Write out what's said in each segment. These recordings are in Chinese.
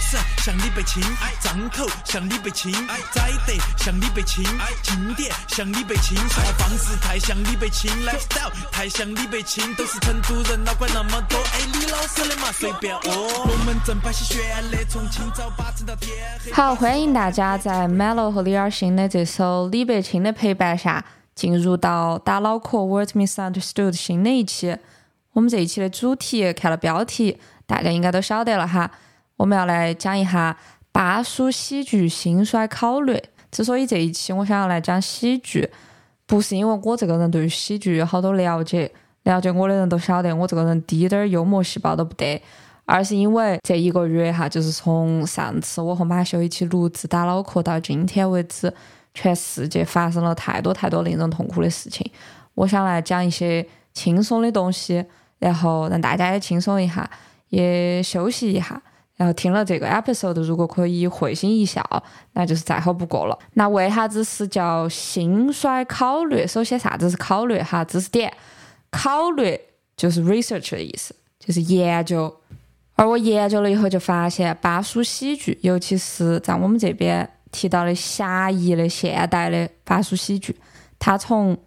省像李北清，张口像李北清，栽得像李北清，经典像李北清，说话方式太像李北清 ，lifestyle 太像李北清，都是成都人，哪管那么多，李老师的嘛随便哦。龙门阵摆起旋律，从清早8成到天黑。 好，欢迎大家在 Melo 和李尔星的这首李北清的陪伴下，进入到打脑壳 Word Misunderstood 新的一期。我们这一期的主题看了标题，大家应该都晓得了哈。我们要来讲一下巴蜀喜剧兴衰考略。之所以这一期我想要来讲喜剧，不是因为我这个人对于喜剧有好多了解我的人都晓得我这个人滴点幽默细胞都不得，而是因为这一个月哈，就是从上次我和马修一起录制打脑壳到今天为止，全世界发生了太多令人痛苦的事情。我想来讲一些轻松的东西，然后让大家也轻松一下，也休息一下。然后听了这个 episode 如果可以会心一笑，那就是再好不过了。那为啥子是叫兴衰考略？首先啥子是考略哈？知识点，考略就是 research 的意思，就是研究。而我研究了以后就发现，巴蜀喜剧，尤其是在我们这边提到的狭义的现代的巴蜀喜剧，它从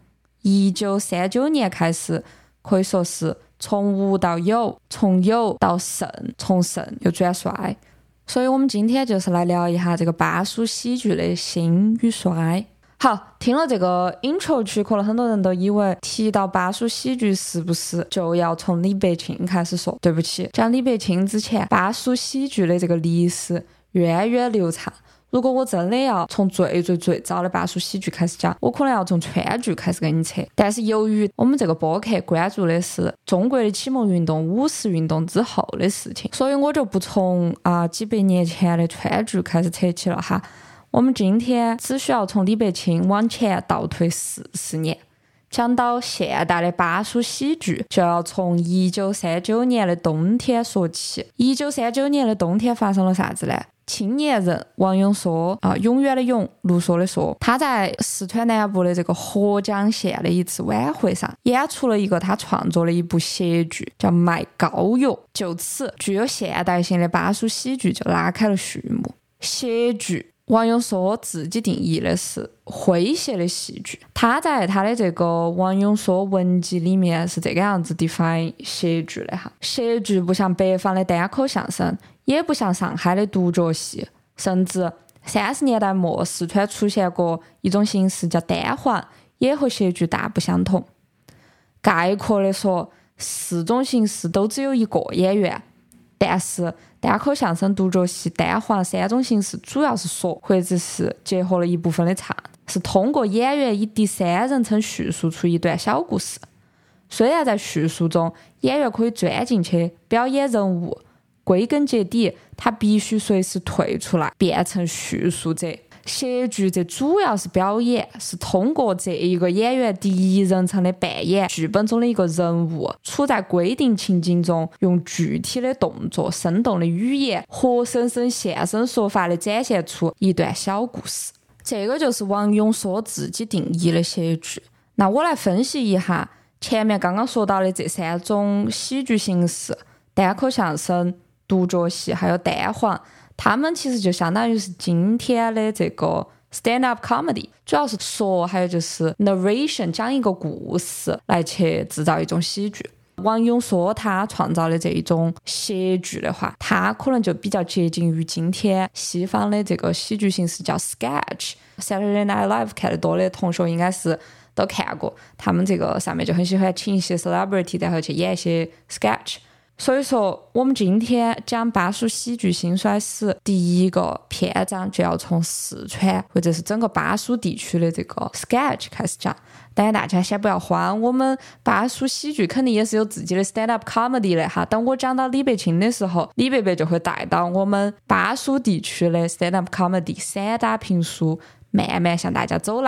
1939年开始，可以说是从无到有，从有到盛，从盛又转衰。所以我们今天就是来聊一下这个巴蜀喜剧的兴与衰。好，听了这个 intro 曲，可能很多人都以为提到巴蜀喜剧是不是就要从李北清开始说？对不起，讲李北清之前，巴蜀喜剧的这个历史源远流长。如果我真的要从最早的巴蜀喜剧开始讲，我可能要从川剧开始给你扯。但是由于我们这个播客关注的是中国的启蒙运动、五四运动之后的事情，所以我就不从几百年前的川剧开始扯起了哈。我们今天只需要从李北清往前倒退40年，讲到现代的巴蜀喜剧，就要从1939年的冬天说起。1939年的冬天发生了啥子呢？青年人王永缩永远的永，卢梭的梭，他在四川南部的这个合江县的一次晚会上演出了一个他创作的一部谐剧，叫卖膏药。就此具有现代性的巴蜀喜剧就拉开了序幕。谐剧王永缩自己定义的是诙谐的戏剧，他在他的这个王永缩文集里面是这个样子 define 谐剧的哈。谐剧不像北方的单口相声，也不像上海的独角戏，甚至30年代末四川出现过一种形式叫单簧，也和谐剧大不相同。概括的说，4种形式都只有一个演员，但是单口相声、独角戏、单簧3种形式主要是说，或者是结合了一部分的唱，是通过演员以第三人称叙述出一段小故事。虽然在叙述中，演员可以钻进去表演人物，归根结底，他必须随时退出来，变成叙述者。谐剧这主要是表演，是通过这一个演员第一人称的扮演剧本中的一个人物，处在规定情境中，用具体的动作、生动的语言，活生生现身说法的展现出一段小故事。这个就是王永缩自己定义的谐剧。那我来分析一下前面刚刚说到的这3种喜剧形式：单口相声、独角戏还有单簧，他们其实就相当于是今天的这个 stand-up comedy， 主要是说还有就是 narration， 讲一个故事来去制造一种喜剧。王永缩他创造的这一种谐剧的话，他可能就比较接近于今天西方的这个喜剧形式叫 sketch。Saturday Night Live 看得多的同学应该是都看过，他们这个上面就很喜欢请一些 celebrity 然后去演一些 sketch。所以说我们今天讲巴蜀喜剧兴衰史，第一个篇章就要从四川或者是整个巴蜀地区的这个 sketch 开始讲。当然大家先不要慌，我们巴蜀喜剧肯定也是有自己的 stand up comedy 的哈。等我讲到李北清的时候，李伯伯就会带到我们巴蜀地区的 stand up comedy 散打评书慢慢向大家走来。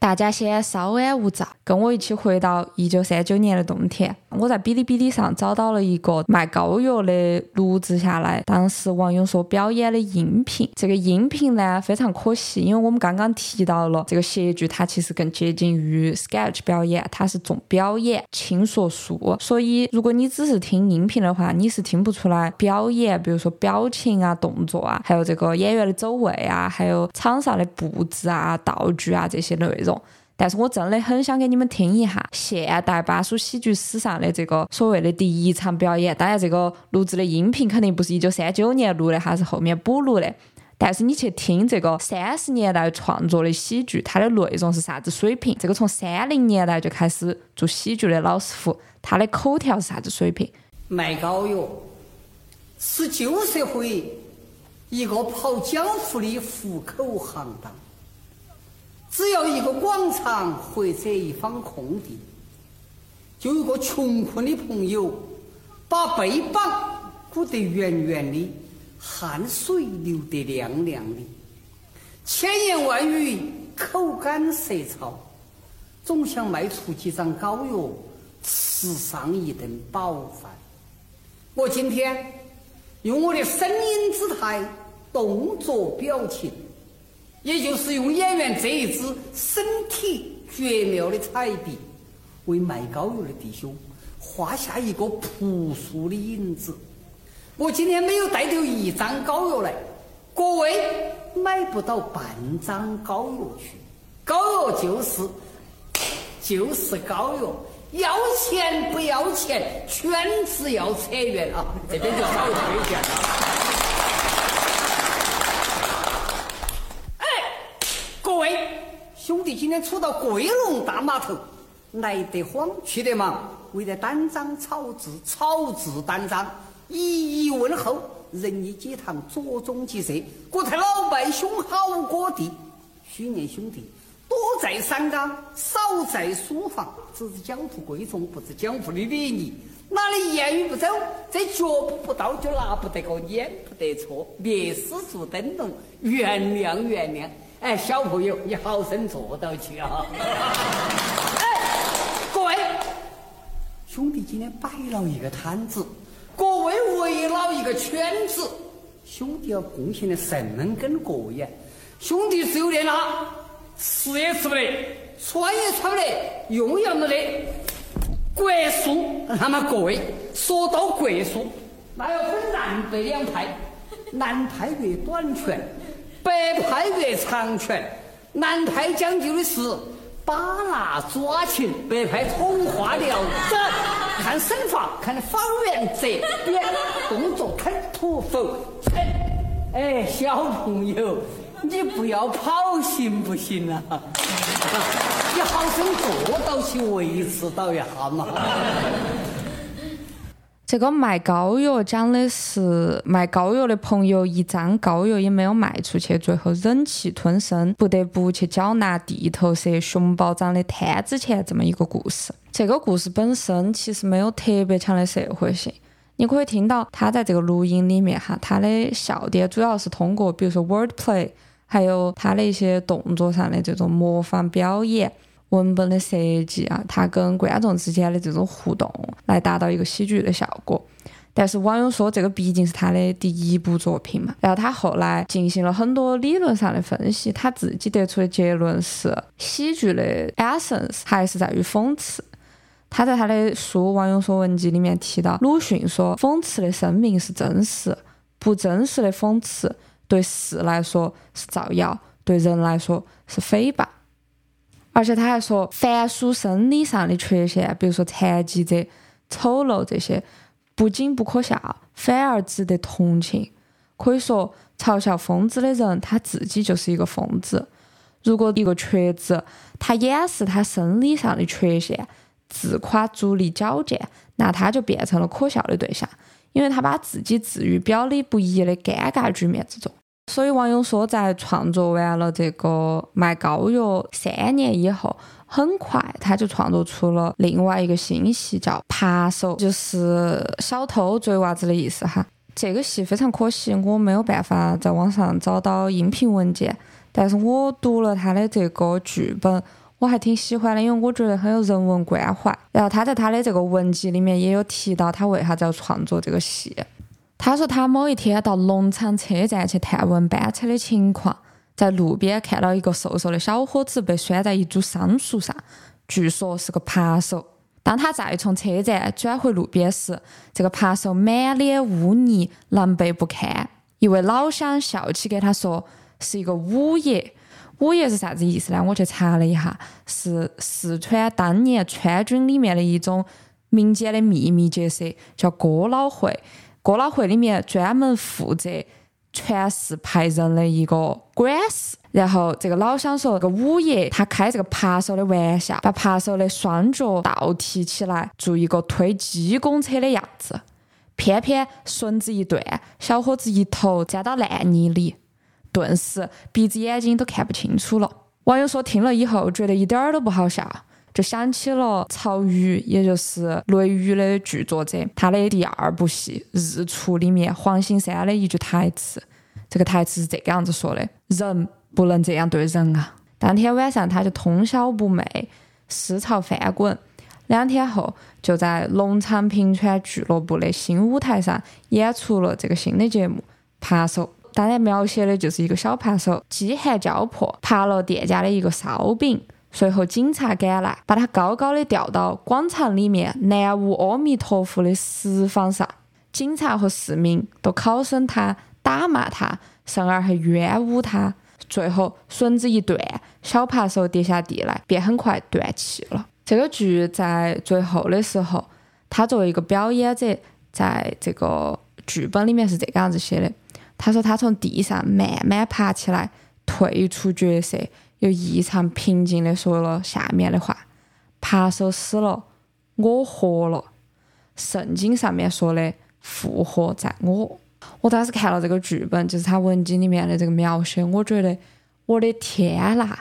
大家先稍安勿躁，跟我一起回到1939年的冬天。我在哔哩哔哩上找到了一个卖膏药的录制下来当时王永硕表演的音频。这个音频呢非常可惜，因为我们刚刚提到了这个戏剧它其实更接近于 sketch 表演，它是重表演轻说述，所以如果你只是听音频的话，你是听不出来表演，比如说表情啊、动作啊，还有这个演员的走位啊，还有场上的布置啊、道具啊这些内容。但是我真的很想给你们听一下现代巴蜀喜剧史上的这个所谓的第一场表演。当然这个录制的音频肯定不是1939年录的，它是后面补录的，但是你去听这个30年代创作的喜剧，它的内容是啥子水平，这个从30年代就开始做喜剧的老师傅，他的口条是啥子水平。 卖膏药是旧社会一个跑江湖的户口行当，只要一个广场或者一方空地，就有个穷困的朋友把背膀鼓得圆圆的，汗水流得亮亮的，千言万语口干舌燥，总想卖出几张膏药吃上一顿饱饭。我今天用我的声音姿态、动作表情，也就是用演员这一支身体绝妙的彩笔，为卖膏药的弟兄画下一个朴素的影子。我今天没有带丢一张膏药来，各位买不到半张膏药去。膏药就是膏药，要钱不要钱，全只要扯远啊！这边就稍微推荐了。各位兄弟，今天出到桂龙大码头，来得慌，去得忙，为了单张草字单张，一一问候，人一几堂，着中即射，国泰老百兄好过地。许念兄弟多在山岗，少在书房，只是江湖贵重，不知江湖的礼仪。哪里言语不走，这脚步不到就拿不得个撵不得错，灭失足灯笼，原谅。哎，小朋友，你好生坐到去啊！哎，各位兄弟，今天摆了一个摊子，各位围了一个圈子，兄弟要贡献的什么跟各位呀？兄弟是有点啦，吃也吃不得，穿也穿不得，用也没得。国术，那么各位说到国术，那要分南北两派，南派越短拳，北派越长拳。南派讲究的是把拿抓擒，北派通话聊整，看身法，看方圆这边动作，看图否。哎，小朋友，你不要跑行不行啊？你好生做到去维持到一下嘛。 这个卖膏药讲的是卖膏药的朋友一张膏药也没有卖出去，最后忍气吞声，不得不去缴纳地头蛇熊宝长的摊子钱这么一个故事。这个故事本身其实没有特别强的社会性，你可以听到他在这个录音里面他的笑点主要是通过比如说 wordplay， 还有他的一些动作上的这种模仿表演，文本的设计啊，他跟观众之间的这种互动来达到一个喜剧的效果。但是王永说这个毕竟是他的第一部作品嘛，然后他后来进行了很多理论上的分析，他自己得出的结论是喜剧的 essence 还是在于讽刺。他在他的书《王永说文集》里面提到，鲁迅说讽刺的生命是真实，不真实的讽刺对事来说是造谣，对人来说是诽谤。而且他还说，凡属生理上的缺陷，比如说残疾者、丑陋这些，不仅不可笑，反而值得同情。可以说，嘲笑疯子的人，他自己就是一个疯子。如果一个瘸子，他掩饰他生理上的缺陷，自夸足力矫健，那他就变成了可笑的对象，因为他把自己置于表里不一的尴尬局面之中。所以王永说在创作完了这个卖膏药3年以后，很快他就创作出了另外一个新戏，叫扒手，就是小偷追娃子的意思哈。这个戏非常可惜，我没有办法在网上找到音频文件，但是我读了他的这个剧本， 我还挺喜欢的，因为我觉得很有人文关怀。然后他在他的这个文集里面也有提到他为啥子要创作这个戏。他说他某一天到农场车站去探问班车的情况，在路边看到一个瘦瘦的小伙子被拴在一株桑树上，据说是个扒手。当他再从车站转回路边时，这个扒手满脸污泥，狼狈不堪。一位老乡笑起给他说是一个五爷。五爷是啥子意思呢？我去查了一下，是四川当年川军里面的一种民间的秘密角色，叫哥老会。哥老会里面专门负责全市派人的一个管事。然后这个老乡说，这个五爷他开这个扒手的玩笑，把扒手的双脚倒提起来，做一个推鸡公车的样子。偏偏绳子一断，小伙子一头栽到烂泥里，顿时鼻子眼睛都看不清楚了。网友说听了以后觉得一点都不好笑，就想起了曹禺，也就是《论语》的剧作者，他的第二部戏《日出》里面黄兴山的一句台词。这个台词是这个样子说的：人不能这样对人啊。当天晚上他就通宵不寐，思潮翻滚。2天后就在农场平川俱乐部的新舞台上演出了这个新的节目《扒手》。当然描写的就是一个小扒手饥寒交迫扒了店家的一个烧饼，随后警察赶来，把他高高的吊到广场里面南无阿弥陀佛的石坊上。警察和市民都拷审他，打骂他，甚而还冤诬他。最后绳子一断，小扒手跌下地来，便很快断气了。这个剧在最后的时候，他作为一个表演者，在这个剧本里面是这个样子写的。他说他从地上慢慢爬起来，退出角色，又异常平静地说了下面的话：扒手死了，我活了。圣经上面说的复活在我。我当时看了这个剧本，就是他文集里面的这个描写，我觉得我的天啦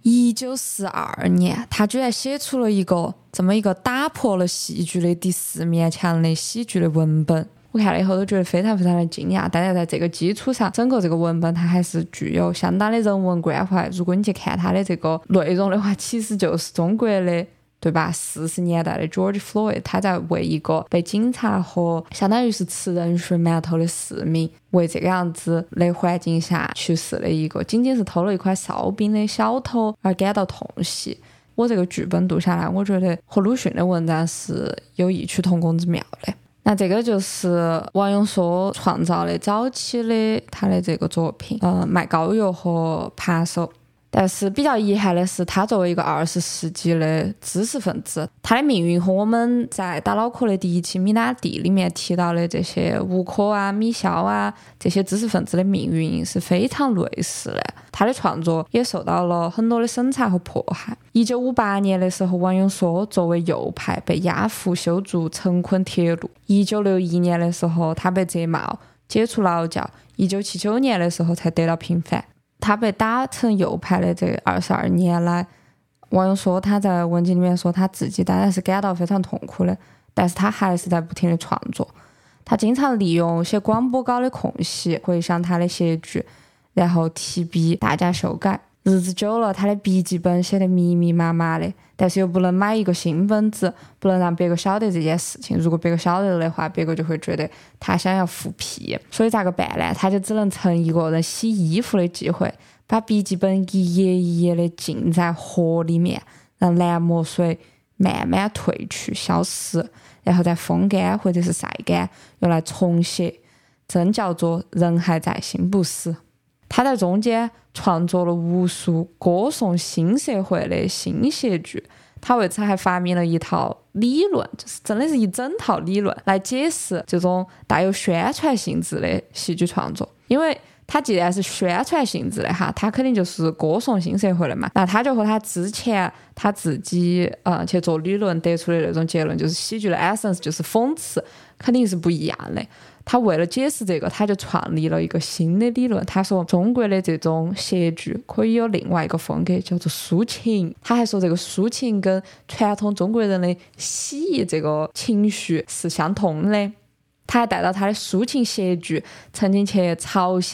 ！1942年，他居然写出了一个这么一个打破了戏剧的第4面墙的喜剧的文本。我看了以后都觉得非常非常的惊讶，但是在这个基础上，整个这个文本它还是具有相当的人文关怀。如果你去看它的这个内容的话，其实就是中国的，对吧？40年代的 George Floyd， 他在为一个被警察和相当于是吃人血馒头的市民，为这个样子的环境下去世的一个仅仅是偷了一块烧饼的小偷而感到痛惜。我这个剧本读下来，我觉得和鲁迅的文章是有异曲同工之妙的。那这个就是王永硕创造的早期的他的这个作品，卖膏药和扒手。但是比较遗憾的是，他作为一个20世纪的知识分子，他的命运和我们在打脑壳的第1期米拉蒂里面提到的这些吴可啊、米肖啊这些知识分子的命运是非常类似的。他的创作也受到了很多的审查和迫害。1958年的时候，王永硕作为右派被押赴修筑成昆铁路。1961年的时候，他被责骂解除劳教。1979年的时候才得到平反。他被打成右派的这22年来，王永硕他在文集里面说他自己当然是感到非常痛苦的，但是他还是在不停的创作。他经常利用写广播稿的空隙回想他的写剧，然后提笔大家修改。日子久了，他的笔记本写得密密麻麻的，但是又不能买一个新本子，不能让别个晓得这件事情。如果别个晓得的话，别个就会觉得他想要复辟。所以咋个办呢？他就只能趁一个人洗衣服的机会，把笔记本一页一页的浸在河里面，让蓝墨水慢慢褪去消失，然后再风干或者是晒干，用来重写。真叫做人还在心不死。他在中间创作了无数歌颂新社会的新写剧，他为此还发明了一套理论，就是真的是一整套理论来解释这种带有宣传性质的戏剧创作。因为他既然是宣传性质的哈，他肯定就是歌颂新社会的嘛，那他就和他之前他自己去做理论得出的那种结论，就是喜剧的 essence 就是讽刺，肯定是不一样的。他为了解释这个，他就创立了一个新的理论。他说中国的这种写剧可以有另外一个风格，叫做抒情。他还说这个抒情跟传统中国人的喜这个情绪是相通的。他还带到他的抒情写剧曾经去朝鲜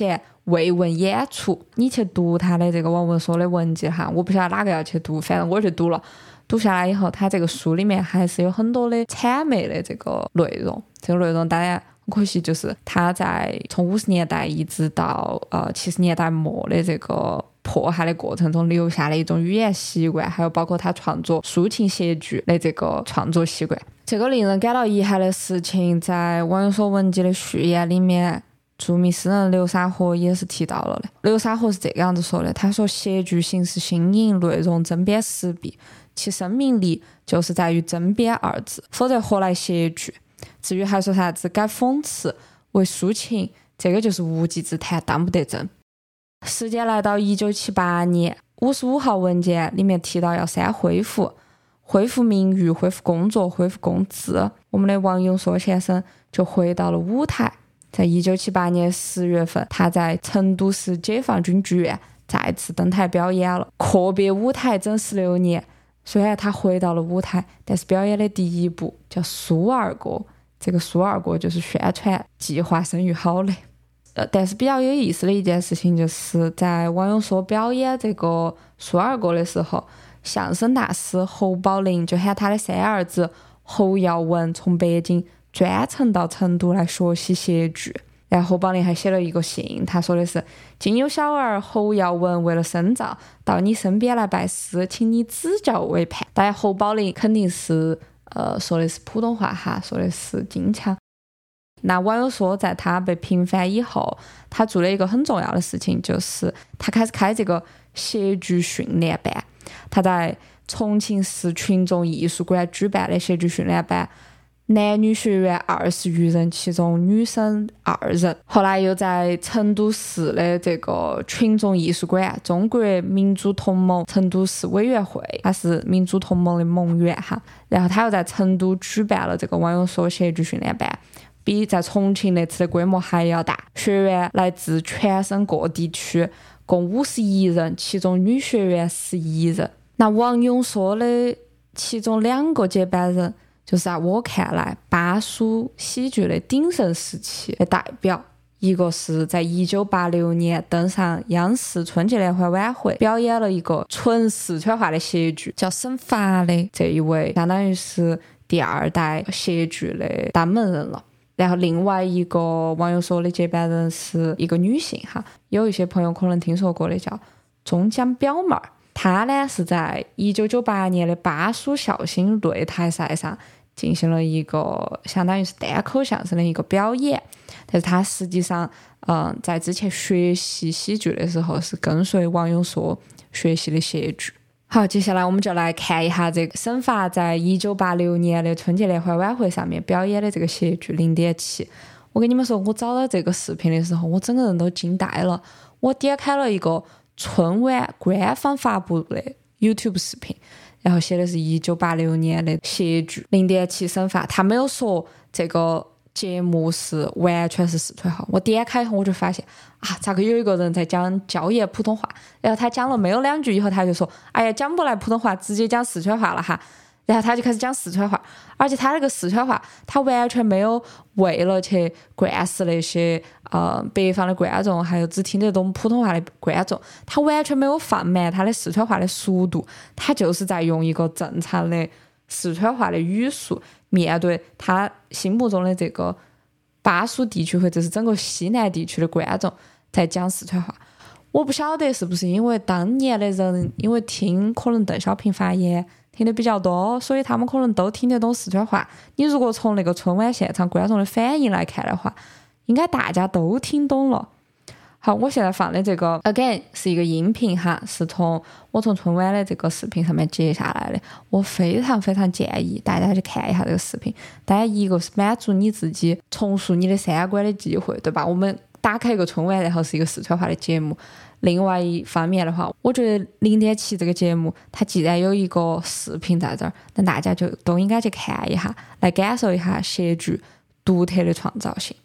慰问演出。你去读他的这个王文说的文集哈，我不晓得哪个要去读，反正我去读了。读下来以后，他这个书里面还是有很多的谄媚的这个内容。这个内容当然很可惜，就是他在从50年代一直到70年代末的这个迫害的过程中留下了一种语言习惯，还有包括他创作抒情写剧的这个创作习惯。这个令人感到遗憾的事情，在王永所文集的序言里面，著名诗人流沙河也是提到了的。流沙河是这个样子说的，他说写剧形式新颖，内容针砭时弊，其生命力就是在于针砭二字，否则何来写剧？至于还说啥子改讽刺为抒情，这个就是无稽之谈，当不得真。时间来到1978年55号文件里面提到要3恢复名誉，恢复工作，恢复工资。我们的王永硕先生就回到了舞台。在1978年10月份，他在成都市解放军剧院再次登台表演了。阔别舞台整16年，虽然他回到了舞台，但是表演的第一部叫《苏二哥》，这个苏二哥就是宣传计划生育好的。但是比较有意思的一件事情，就是在王永硕表演这个苏二哥的时候，相声大师侯宝林就喊他的3儿子侯耀文从北京专程到成都来学习写剧。然后侯宝林还写了一个信，他说的是：今有小儿侯耀文为了深造到你身边来拜师，请你指教为盼。当然侯宝林肯定是说的是普通话哈，说的是京腔。那王永硕在他被平反以后，他做了一个很重要的事情，就是他开始开这个写剧训练班。他在重庆市群众艺术馆举办的写剧训练班，男女学员20余人，其中女生2人。后来又在成都市的这个群众艺术馆，中国民主同盟成都市委员会，他是民主同盟的盟员哈。然后他又在成都举办了这个王永硕写剧训练班，比在重庆那次的规模还要大，学员来自全省各地区，共51人，其中女学员11人。那王永硕的其中2个接班人，就是在我看来巴蜀喜剧的鼎盛时期的代表。一个是在1986年登上央视春节联欢晚会，表演了一个纯四川话的写剧，叫沈发的这一位，相当于是第2代写剧的单门人了。然后另外一个王永硕的接班人是一个女性哈，有一些朋友可能听说过的，叫中江表妹儿。她呢是在1998年的巴蜀孝心擂台赛上进行了一个相当于是单口相声的一个表演，但是她实际上在之前学习喜剧的时候是跟随王永硕学习的写剧。好，接下来我们就来看一下这个沈发在1986年的春节联欢晚会上面表演的这个写剧《零点七》。我跟你们说，我找到这个视频的时候，我整个人都惊呆了。我点开了一个春晚官方发布的 YouTube 视频，然后写的是1986年的写剧《零点七》沈发，他没有说这个节目是完全是四川话。我点开以后我就发现咋个有一个人在讲椒盐普通话，然后他讲了没有2句以后，他就说哎呀讲不来普通话，直接讲四川话了哈。然后他就开始讲四川话，而且他那个四川话他完全没有为了去灌输那些北方的观众还有只听得懂普通话的观众，他完全没有放慢他的四川话的速度，他就是在用一个正常的四川话的语速面对他心目中的这个巴蜀地区或者是整个西南地区的观众在讲四川话。我不晓得是不是因为当年的人因为听可能邓小平发言听得比较多，所以他们可能都听得懂四川话。你如果从那个春晚现场观众的反应来看的话，应该大家都听懂了。好，我现在放的这个 again 是一个音频哈，是我从春晚的这个视频上面截下来的。我非常非常建议大家去看一下这个视频。当然一个是满足你自己重塑你的3观的机会，对吧？我们打开一个春晚，然后是一个四川话的节目。另外一方面的话，我觉得0.7这个节目它既然有一个视频在这儿，那大家就都应该去看一下，来感受一下写剧独特的创造性。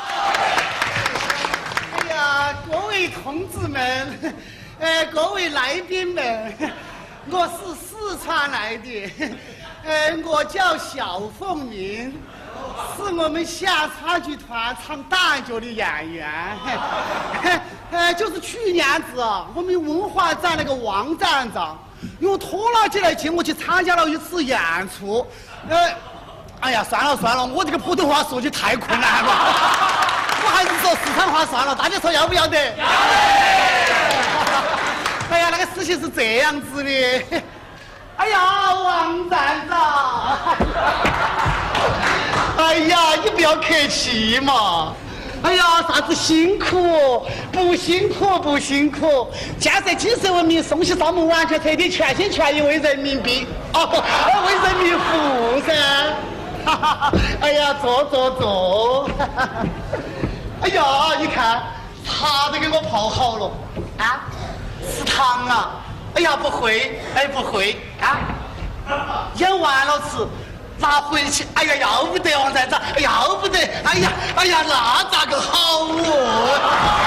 哎呀，各位同志们，各位来宾们，我是四川来的，我叫小凤鸣，是我们下川剧团唱大角的演员。 就是去年子我们文化站那个王站长用拖拉机来接我去参加了一次演出。哎呀，算了，我这个普通话说起太困难了，我还是说四川话算了。大家说要不要得？要得！哎呀，那个事情是这样子的。哎呀，王站长，哎呀，你不要客气嘛。哎呀，啥子辛苦？不辛苦。建设建设文明，送起上门，完全彻底全心全意为人民币为人民服务噻。哎呀，坐。哎呀，你看茶都给我泡好了啊，吃糖啊。哎呀，不会啊，演完了吃。拿回去，哎呀，要不得，王站长，要不得，哎呀，那咋个好哦？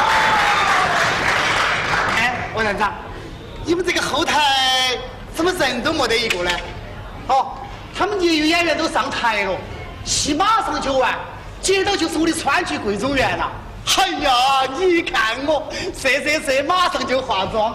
王站长，你们这个后台怎么人都没得一个呢？他们业余演员都上台了，戏马上就完，接到就是我的川剧桂中园了。哎呀，你看我，是，马上就化妆。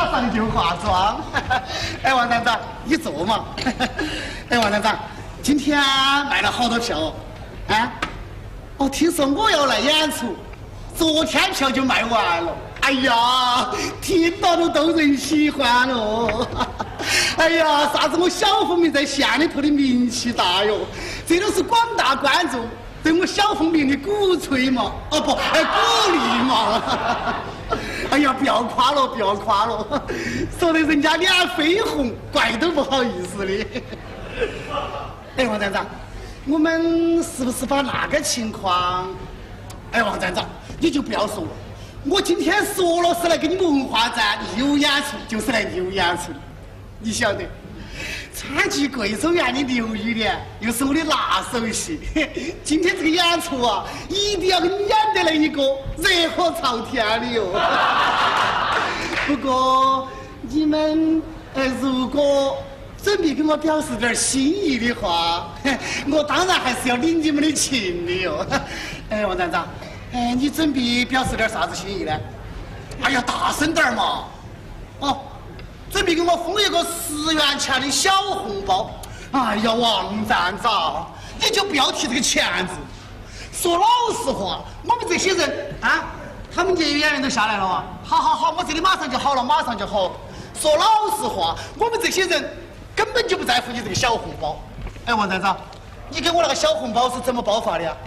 王站长，你坐嘛。王站长。今天卖了好多票听说我要来演出，昨天票就卖完了。哎呀，听到都人喜欢了。哎呀，啥子我小凤鸣在县里头的名气大哟，这都是广大观众对我小凤鸣的鼓吹嘛，鼓励嘛。哎呀，不要夸了，说得人家脸绯红，怪都不好意思的。王站长，我们是不是把那个情况？王站长，你就不要说了。我今天说了是来给你们文化站义务演出，就是来义务演出的。你晓得，川剧桂中园的刘玉莲又是我的拿手戏。今天这个演出一定要给你演得来一个热火朝天的哟。不过你们如果准备给我表示点心意的话，我当然还是要领你们的情的哟。王站长，你准备表示点啥子心意呢？哎呀，大声点嘛！准备给我封一个10元钱的小红包。哎呀，王站长，你就不要提这个钱字。说老实话，我们这些人他们业余演员都下来了好，我这里马上就好了。说老实话，我们这些人根本就不在乎你这个小红包。王站长，你给我那个小红包是怎么包发的呀？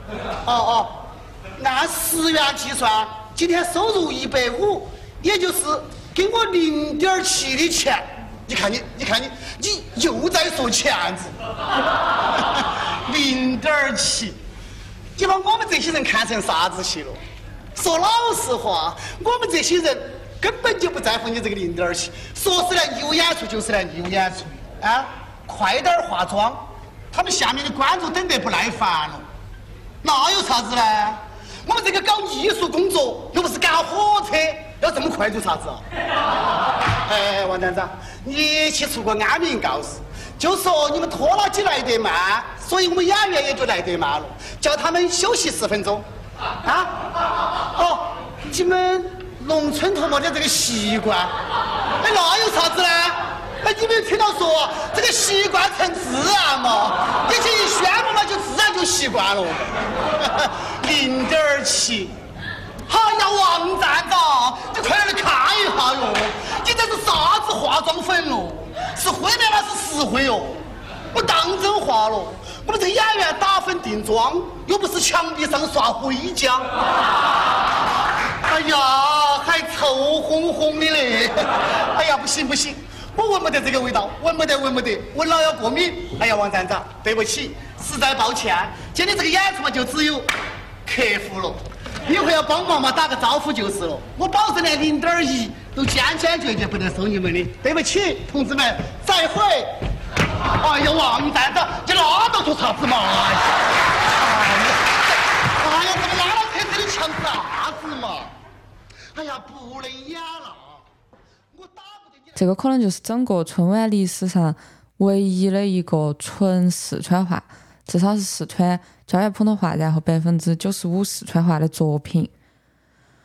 按10元计算，今天收入150，也就是给我0.7的钱。你看你又在说钱字。0.7，你把我们这些人看成啥子戏了？说老实话，我们这些人根本就不在乎你这个0.7，说是来义务演出就是来义务演出快点化妆，他们下面的观众等得不耐烦了。那有啥子呢？我们这个搞艺术工作又不是赶火车，要这么快做啥子王站长，你去出个安民告示，就说你们拖拉机来得慢，所以我们演员也就来得慢了，叫他们休息10分钟。你们农村头没得这个习惯，那有啥子呢？你没有听到说这个习惯成自然嘛？你这一宣布嘛，就自然就习惯了。0.7，呀，王站长，你快点来看一下哟！你这是啥子化妆粉喽？是灰的还是实灰哟？我当真话了，我们这个演员打粉定妆，又不是墙壁上刷灰浆。哎呀，还臭烘烘的嘞！哎呀，不行，我闻不得这个味道，闻不得，闻了要过敏。哎呀，王站长，对不起，实在抱歉，今天这个演出嘛，就只有客服了，一会要帮忙嘛，打个招呼就是了。我保证连0.1都坚决不得收你们的，对不起，同志们，再会。哎呀，王站长，你拉倒做啥子嘛？哎呀，这个拉到车子里抢啥子嘛？哎呀，不能演了，我打不得你。 这个可能就是整个春晚历史上唯一的一个纯四川话，至少是四川教学普通话，然后95%四川话的作品。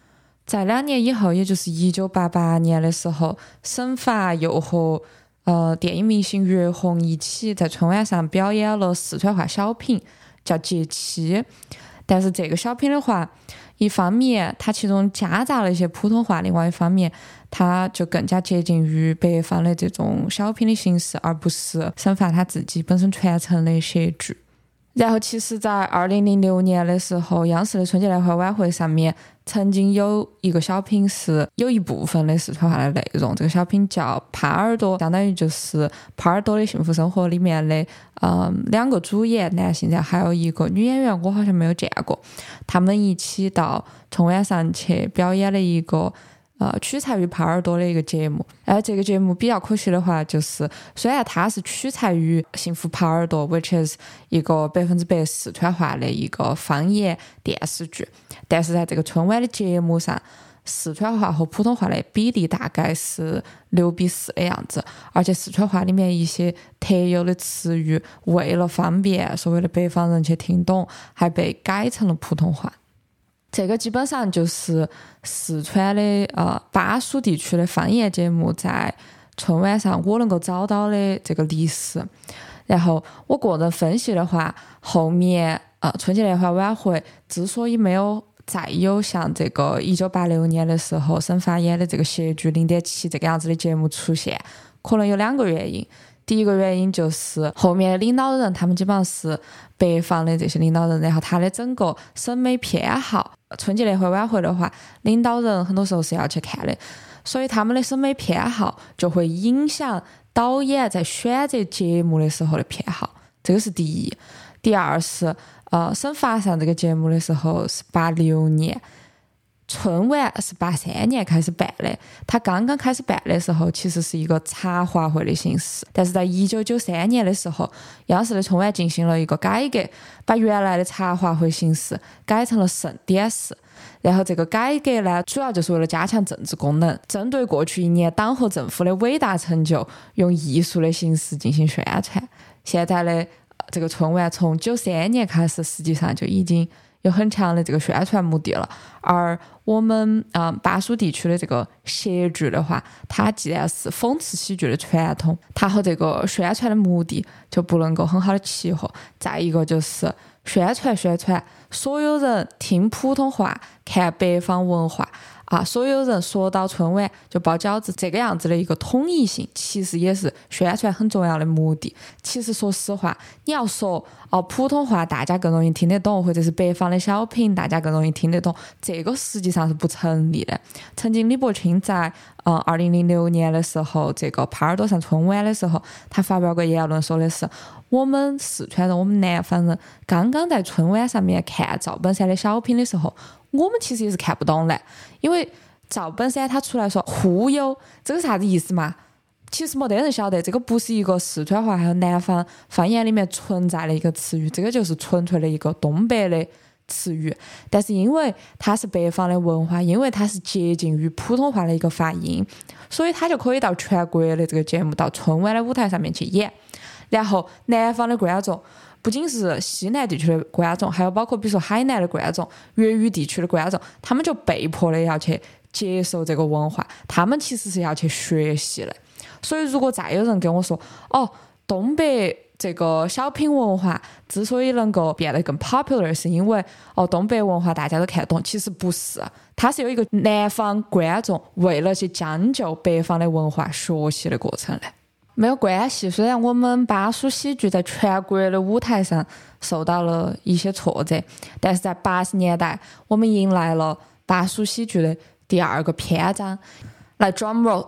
在2年以后，也就是1988年的时候，沈发又和电影明星岳宏一起在春晚上表演了四川话小品，叫《接妻》。但是这个小品的话，一方面它其中夹杂了一些普通话，另外一方面它就更加接近于北方的这种小品的形式，而不是沈发他自己本身传承的写剧。然后其实在2006年的时候，央视的春节联欢晚会上面曾经有一个小品是有一部分的四川话的内容，这个小品叫《耙耳朵》，相当于就是《耙耳朵的幸福生活》里面的2个主演男性，然后还有一个女演员，我好像没有见过，他们一起到春晚上去表演了一个取材于耙耳朵的一个节目。这个节目比较可惜的话，就是虽然它是取材于幸福耙耳朵 which is 一个100%四川话的一个方言电视剧，但是在这个春晚的节目上，四川话和普通话的比例大概是6:4的样子，而且四川话里面一些特有的词语为了方便所谓的北方人去听懂，还被改成了普通话。这个基本上就是四川的巴蜀地区的方言节目在春晚上我能够找到的这个历史。然后我个人分析的话，后面春节联欢晚会之所以没有再有像这个1986年的时候沈发演的这个谐剧0.7这个样子的节目出现，可能有2个原因。第一个原因就是后面的领导人他们基本上是北方的这些领导人，然后他的整个审美偏好，春节联欢晚会的话，领导人很多时候是要去看的，所以他们的审美偏好就会影响导演在选择节目的时候的偏好，这个是第一。第二是沈发上这个节目的时候是86年，春晚是83年开始办的，他刚刚开始办的时候其实是一个茶话会的形式，但是在1993年的时候，央视的春晚进行了一个改革，把原来的茶话会形式改成了盛典式。然后这个改革呢，主要就是为了加强政治功能，针对过去1年党和政府的伟大成就，用艺术的形式进行宣传。现在的这个春晚从93年开始，实际上就已经有很强的这个宣传目的了。而我们巴蜀地区的这个谐剧的话，它既然是讽刺喜剧的传统，它和这个宣传的目的就不能够很好的契合。再一个就是宣传，所有人听普通话看北方文化所有人说到春晚就包饺子，这个样子的一个统一性，其实也是宣传很重要的目的。其实说实话，你要说普通话大家更容易听得懂，或者是北方的小品大家更容易听得懂，这个实际上是不成立的。曾经李伯清在2006年的时候，这个耙耳朵上春晚的时候，他发表过言论，说的是我们四川人，我们南方人刚刚在春晚上面看赵本山的小品的时候，我们其实也是看不懂的，因为赵本山他出来说忽悠，这个啥子意思嘛？其实没得人晓得，这个不是一个四川话还有南方方言里面存在的一个词语，这个就是纯粹的一个东北的词语。但是因为它是北方的文化，因为它是接近于普通话的一个发音，所以它就可以到全国的这个节目，到春晚的舞台上面去演。然后南方的观众，不仅是西南地区的观众，还有包括比如说海南的观众、粤语地区的观众，他们就被迫的要去接受这个文化，他们其实是要去学习的。所以如果再有人跟我说东北这个小品文化之所以能够变得更 popular， 是因为东北文化大家都看懂，其实不是，它是有一个南方观众为了去将就北方的文化学习的过程的。没有关系，虽然我们巴蜀喜剧在全国的舞台上受到了一些挫折，但是在80年代我们迎来了巴蜀喜剧的第2个篇章。来 drum roll，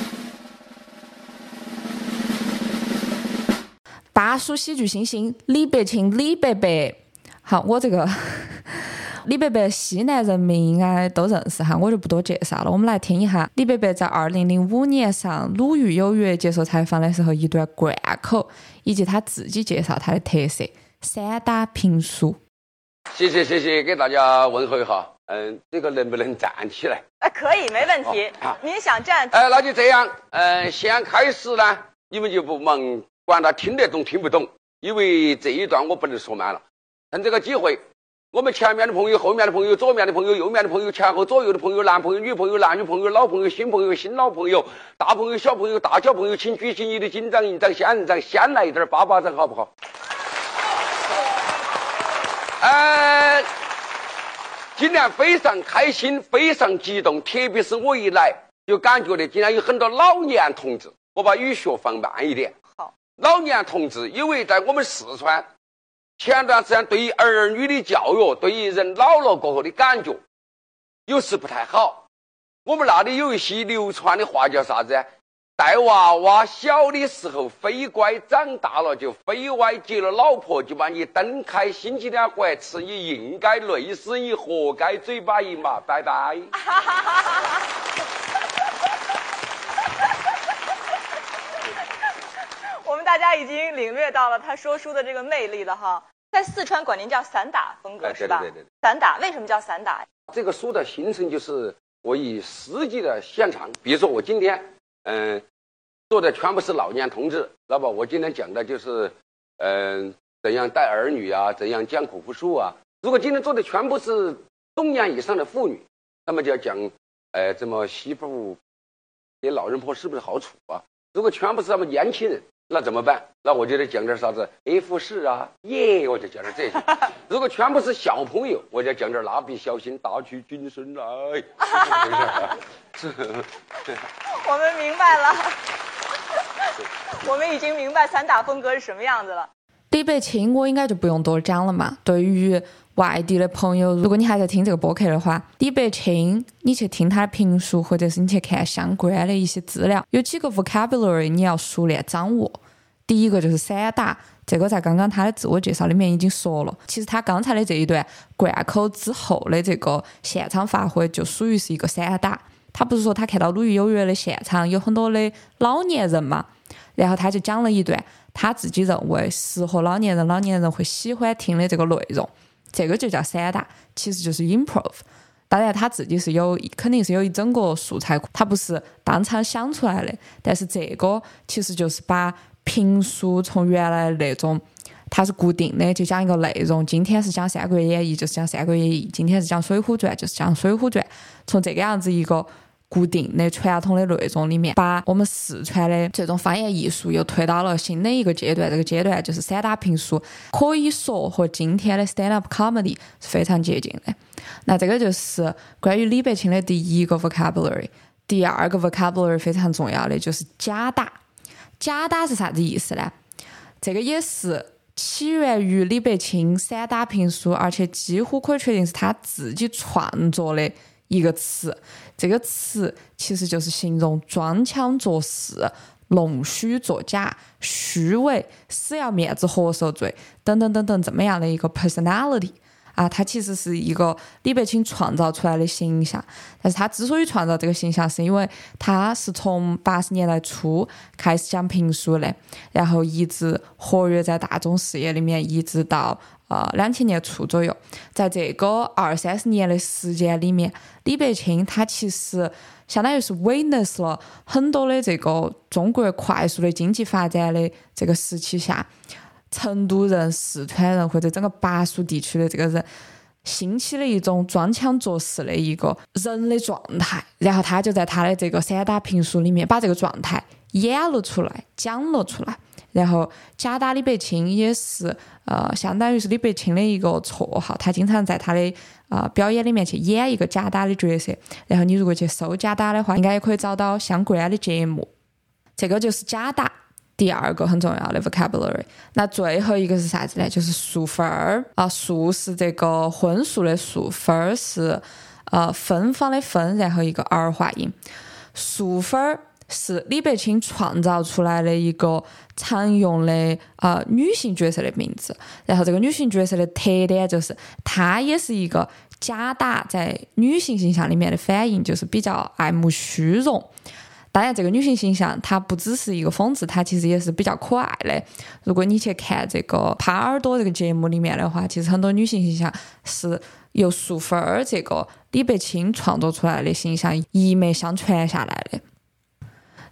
巴蜀喜剧新星李伯清李伯伯。好，我这个李伯伯西南人民应该都认识哈，我就不多介绍了。我们来听一下李伯伯在2005年上《鲁豫有约》接受采访的时候一段贯口，以及他自己介绍他的特色散打评书。 谢谢，给大家问候一下。这个能不能站起来？ 可以，没问题。您想站？ 那就这样。先开始呢，你们就不忙管他听得懂听不懂，因为这一段我不能说慢了。趁这个机会， 我们前面的朋友、后面的朋友、左面的朋友、右面的朋友、前后左右的朋友、男朋友、女朋友、男女朋友、老朋友、新朋友、新老朋友、大朋友、小朋友、大小朋友，请举起你的金掌、银掌、仙人掌，先来一点巴巴掌，好不好？今天非常开心，非常激动，特别是我一来就感觉的，今天有很多老年同志，我把语速放慢一点。 好， 老年同志，因为在我们四川，前段时间对于儿女的教育，对于人老了过后的感觉，有时不太好。我们那里有一些流传的话叫啥子？带娃娃小的时候飞乖，长大了就飞歪，结了老婆就把你蹬开，星期天回来吃你应该，累死你活该，嘴巴一麻，拜拜。 我们大家已经领略到了他说书的这个魅力了哈。在四川管您叫散打风格是吧？ 对。 散打为什么叫散打？ 这个书的形成就是我以实际的现场，比如说我今天做的全部是老年同志，知道吧？我今天讲的就是怎样带儿女啊，怎样讲苦读书啊。如果今天做的全部是中年以上的妇女，那么就要讲怎么媳妇给老人婆是不是好处啊？如果全部是他们年轻人，那怎么办？那我就得讲点啥子 F 式啊，耶，我就讲点这些。如果全部是小朋友，我就讲点蜡笔小新，打起精神来。 我们明白了，我们已经明白散打风格是什么样子了。 李北清我应该就不用多讲了嘛。对于外地的朋友，如果你还在听这个播客的话，李北清你去听他的评书，或者是你去看相关的一些资料，有几个 vocabulary 你要熟练掌握。第一个就是散打，这个在刚刚他的自我介绍里面已经说了。其实他刚才的这一段贯口之后的这个现场发挥就属于是一个散打。他不是说他看到鲁豫有约的现场有很多的老年人嘛，然后他就讲了一段他自己认为适合老年人会喜欢听的这个内容，这个就叫散打，其实就是 improv。 当然他自己是肯定是有一整个素材库，他不是当场想出来的，但是这个其实就是把评书从原来的那种它是固定的，就讲一个内容，今天是讲《三国演义》就是讲《三国演义》，今天是讲《水浒传》就是讲《水浒传》，从这个样子一个固定的传统的内容里面，把我们四川的这种方言艺术又推到了新的一个阶段。这个阶段就是散打评书，可以说和今天的 stand up comedy 是非常接近的。那这个就是关于李北清的第一个 vocabulary。 第二个 vocabulary 非常重要的就是假打。假打是啥子意思呢？这个也是起源于李北清散打评书，而且几乎可以确定是他自己创作的一个词。这个词其实就是形容装腔作势、弄虚作假、虚伪、死要面子活受罪等等等等这么样的一个 personality。它其实是一个李北清创造出来的形象，但是他之所以创造这个形象，是因为他是从80年代初开始讲评书的，然后一直活跃在大众视野里面，一直到2000年初左右。在这个20-30年的时间里面，李北清他其实相当于是 witness 了很多的这个中国快速的经济发展的这个时期下，成都人、四川人或者整个巴蜀地区的这个人兴起了一种装腔作势的一个人的状态，然后他就在他的这个散打评书里面把这个状态演了出来，讲了出来。然后假打李北清也是相当于是李北清的一个绰号，他经常在他的表演里面去演一个假打的角色。然后你如果去搜假打的话，应该也可以找到相关的节目。这个就是假打第二个很重要的 vocabulary。 那最后一个是啥子呢？就是数分儿数是这个荤素的数，分儿是芬芳的芬，然后一个儿化音。数分儿是李北清创造出来的一个常用的女性角色的名字。然后这个女性角色的特点就是她也是一个假打在女性形象里面的反应，就是比较爱慕虚荣。当然这个女性形象它不只是一个讽刺，它其实也是比较可爱的。如果你去看这个耙耳朵这个节目里面的话，其实很多女性形象是由淑芬儿这个李北清创作出来的形象一脉相传下来的。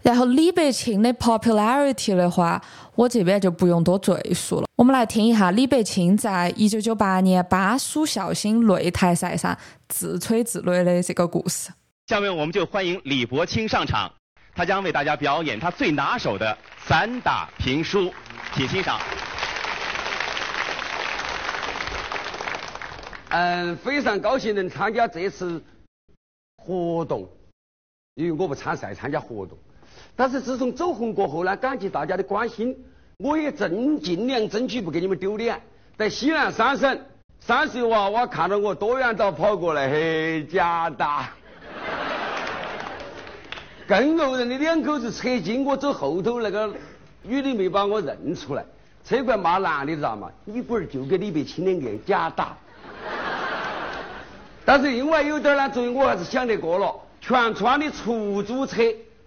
然后李北沁的 popularity 的话，我这边就不用多赘述了。我们来听一下李北沁在1998年巴蜀孝心擂台赛上自吹自擂的这个故事。 下面我们就欢迎李伯清上场，他将为大家表演他最拿手的散打评书，请欣赏。 非常高兴能参加这次活动，因为我不参赛，参加活动。但是自从走红过后呢，感激大家的关心，我也尽量争取不给你们丢脸。在西南三省，3岁娃娃看到我多远都跑过来，嘿，假打。更偶然的2口子扯近我走后头，那个女的没把我认出来，车管骂男的知道吗？一会儿就跟李北沁的脸假打。但是另外有点呢，作为我还是想得过了，全川的出租车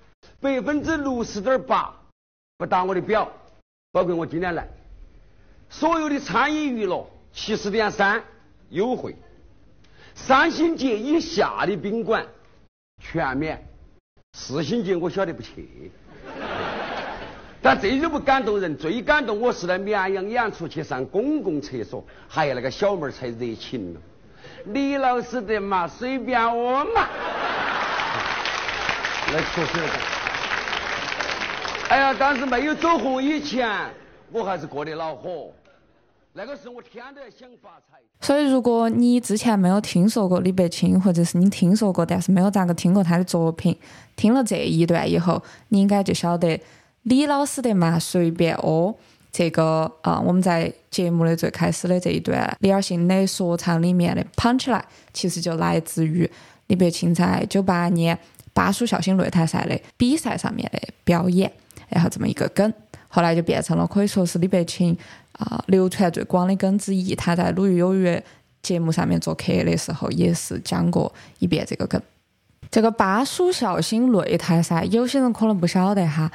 60.8%不打我的表，包括我今天来，所有的餐饮娱乐70.3%优惠，3星级以下的宾馆全免，4星级我晓得不去。但这就不感动人，最感动我是来绵阳演出去上公共厕所，还有那个小妹才热情了。李老师的嘛，随便我嘛。那确实。哎呀，当时没有走红以前，我还是过得恼火。那个时候我天天想发财。 所以，如果你之前没有听说过李北沁，或者是你听说过，但是没有咋个听过他的作品，听了这一段以后，你应该就晓得李老师的嘛，随便哦。这个我们在节目的最开始的这一段李尔信的说唱里面的 punchline 其实就来自于李北沁在98年巴蜀孝心擂台赛的比赛上面的表演，然后这么一个梗，后来就变成了可以说是李北沁流传最广的梗之一。他在鲁豫有约节目上面做客的时候也是讲过一遍这个梗。这个巴蜀孝心擂台赛有些人可能不晓得哈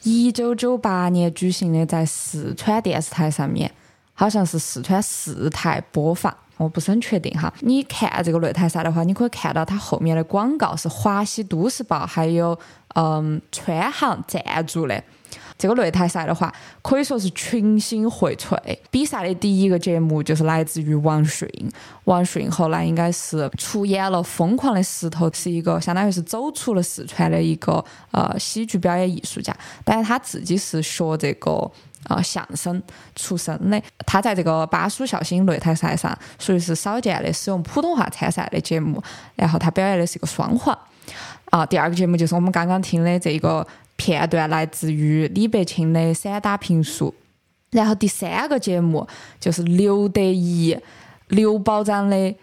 ，1998年举行的，在四川电视台上面，好像是四川4台播放，我不是很确定哈。你看这个擂台赛的话，你可以看到它后面的广告是华西都市报还有川航赞助的。这个擂台赛的话，可以说是群星荟萃。比赛的第一个节目就是来自于王迅，王迅后来应该是出演了《疯狂的石头》，是一个相当于是走出了四川的一个喜剧表演艺术家，但是他自己是学这个相声出身的。他在这个巴蜀孝心擂台赛上属于是少见的使用普通话参赛的节目，然后他表演的是一个双簧。第二个节目就是我们刚刚听的这个片段，来自于李北沁的散打评书。然后第3个节目就是刘德一、刘宝长的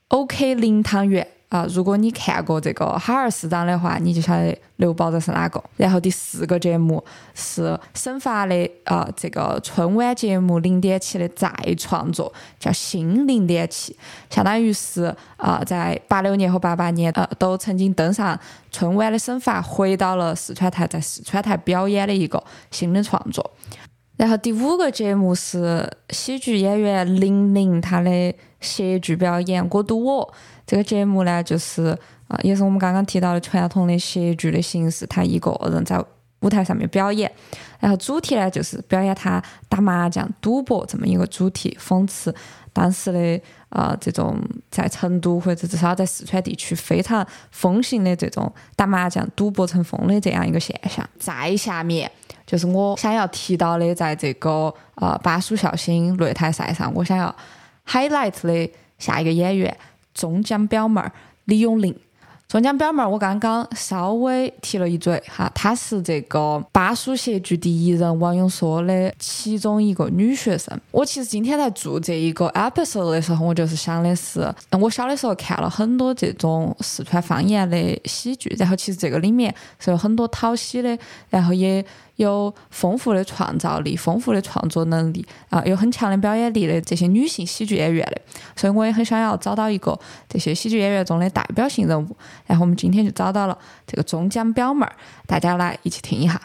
OK 淋汤圆如果你看过这个哈尔市长的话，你就晓得刘宝长是哪个。然后第4个节目是省法的这个春晚节目0.7的再创作，叫新0.7，相当于是在86年和88年都曾经登上春晚的省法，回到了四川台，在四川台表演的一个新的创作。然后第5个节目是喜剧演员00他的谐剧表演《我赌我》。这个节目呢，就是也是我们刚刚提到的传统的谐剧的形式，他一个人在舞台上面表演，然后主题呢就是表演他打麻将赌博这么一个主题，讽刺当时的这种在成都或者至少在四川地区非常风行的这种打麻将赌博成风的这样一个现象。再下面就是我想要提到的，在这个巴蜀孝心擂台赛上，我想要 highlight 的下一个演员，中江表妹李永玲。中江表妹我刚刚稍微提了一嘴哈，她是这个巴蜀谐剧第一人王永硕的其中一个女学生。我其实今天在做这一个 episode 的时候，我就是想的是，我小的时候看了很多这种四川方言的喜剧，然后其实这个里面是有很多讨喜的，然后也有丰富的创造力、丰富的创作能力有很强的表演力的这些女性喜剧演员的，所以我也很想要找到一个这些喜剧演员中的代表性人物。然后我们今天就找到了这个中江表妹，大家来一起听一下。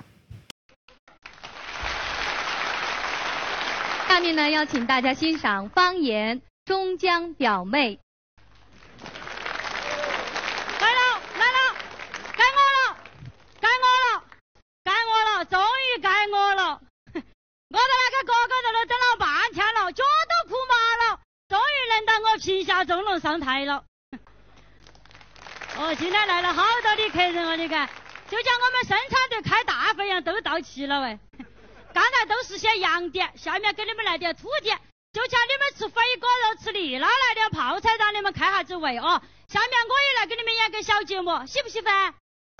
下面呢，要请大家欣赏方言《中江表妹》。 下钟龙上台了。哦，今天来了好多的客人哦，你看，就像我们生产队开大会一样，都到齐了喂。刚才都是些洋点，下面给你们来点土点，就像你们吃肥锅肉、吃腻了，来点泡菜让你们开下子胃哦。下面我也来给你们演个小节目，喜不喜欢？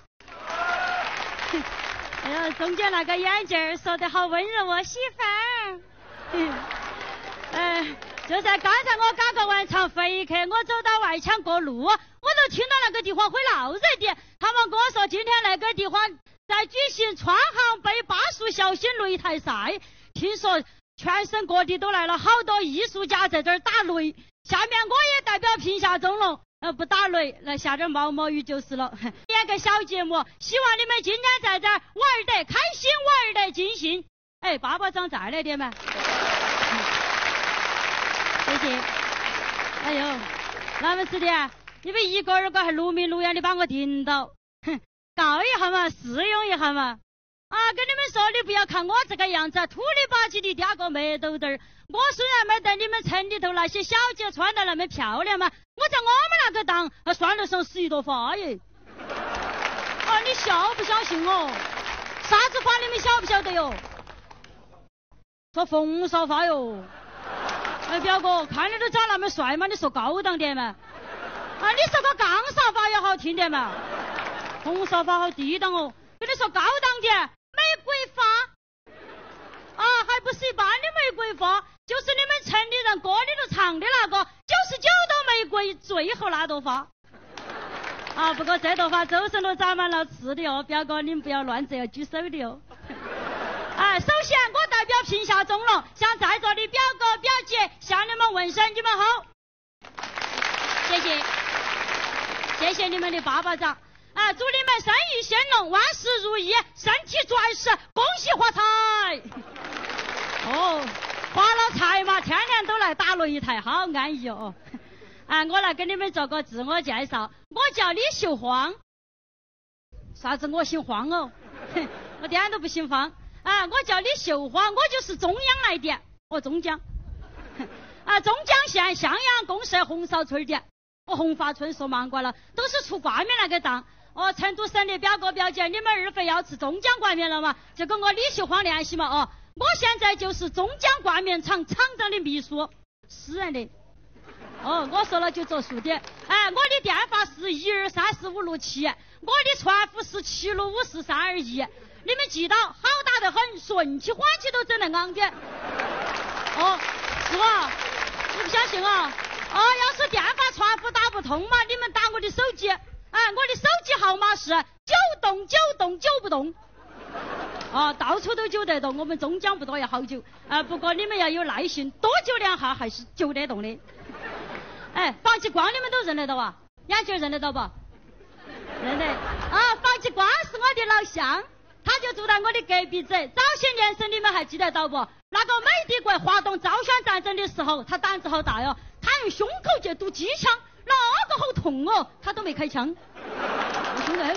哎呀，中间那个眼镜说得好温柔哦，喜欢。就在刚才我赶个完场回客，我走到外墙过路，我就听到那个地方会闹热的，他们跟我说今天那个地方在举行川航杯巴蜀小型擂台赛，听说全省各地都来了好多艺术家在这儿打擂，下面我也代表屏下中龙不打擂，来下点毛毛雨就是了。演个小节目，希望你们今天在这儿玩得开心，玩得尽兴。哎，爸爸长再来点嘛。谢谢。哎呦，那么是的，你们一个还录明录眼的把我盯到，告一下嘛，试用一下嘛。跟你们说，你不要看我这个样子，土里吧唧的嗲个没豆豆儿。我虽然没得你们城里头那些小姐穿得那么漂亮嘛，我在我们那个档算得上10多发耶。你晓不相信哦？啥子发你们晓不晓得哟？说冯绍发哟。表哥，看你都长那么帅嘛，你说高档点嘛？你说个杠沙发也好听点嘛？红沙发好低档哦，跟你说高档点，玫瑰花，还不是一般的玫瑰花，就是你们城里人歌里头唱的那个99朵玫瑰最后那朵花。不过这朵花周身都长满了刺的哦，表哥你们不要乱这样举手的哦。首先我代表屏下中龙向在座的表哥表姐向你们问声你们好，谢谢，谢谢你们的爸爸掌，祝你们生意兴隆，万事如意，身体转世，恭喜发财。发了财嘛，天天都来打擂台，好安逸哦。我来给你们做个自我介绍，我叫李秀芳。啥子我姓黄哦？我点都不姓方。我叫李秀芳，我就是中央来的，中江。中江县向阳公社红苕村的，红发村说忙过了，都是出挂面那个档。成都省的表哥表姐，你们二肥要吃中江挂面了嘛？就跟我李秀芳联系嘛。我现在就是中江挂面厂厂长的秘书，私人的。我说了就作数的。我的电话是1234567，我的船户是7654321。你们记到，好打得很，顺起缓起都整得昂的。是吧？你不相信啊？要是电话传呼打不通嘛，你们打我的手机。我的手机号码是9动9动9不动。到处都揪得动，我们中江不多要好久。不过你们要有耐心，多揪2下还是揪得动的。房继光你们都认得到啊？眼镜认得到不？认得。房继光是我的老乡。他就住在我的隔壁子，早些年生你们还记得到不？那个美帝国发动造反战争的时候，他胆子好大哟，他用胸口去堵机枪，那个好痛哦，他都没开枪。兄弟，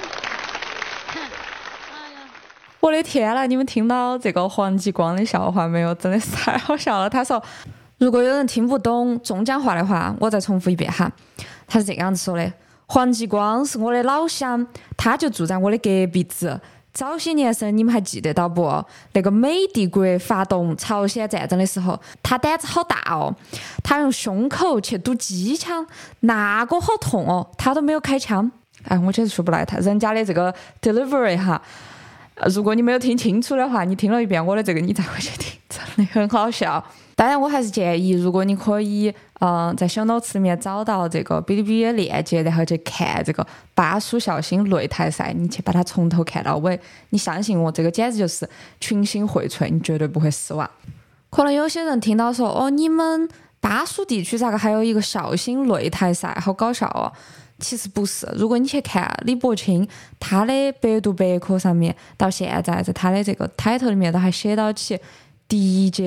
我的天啦！你们听到这个黄继光的笑话没有？真的是太好笑了。他说，如果有人听不懂中江话的话，我再重复一遍哈。他是这样子说的：黄继光是我的老乡，他就住在我的隔壁子。早些年生你们还记得到不？那个美帝国发动朝鲜战争的时候，他胆子好大哦，他用胸口去堵机枪，那个好痛哦，他都没有开枪。我确实说不来他人家的这个 delivery 哈。如果你没有听清楚的话，你听了一遍我的这个，你再回去听，真的很好笑。当然我还是建议，如果你可以在show notes里面找到这个哔哩哔哩的链接，然后去看这个巴蜀孝心擂台赛，你去把它从头看到尾，你相信我，这个简直就是群星荟萃，你绝对不会失望。可能有些人听到说，你们巴蜀地区咋个还有一个孝心擂台赛，好搞笑哦。其实不是，如果你去看李伯清他的百度百科上面，到现在在他的这个 title 里面都还写到起第1届巴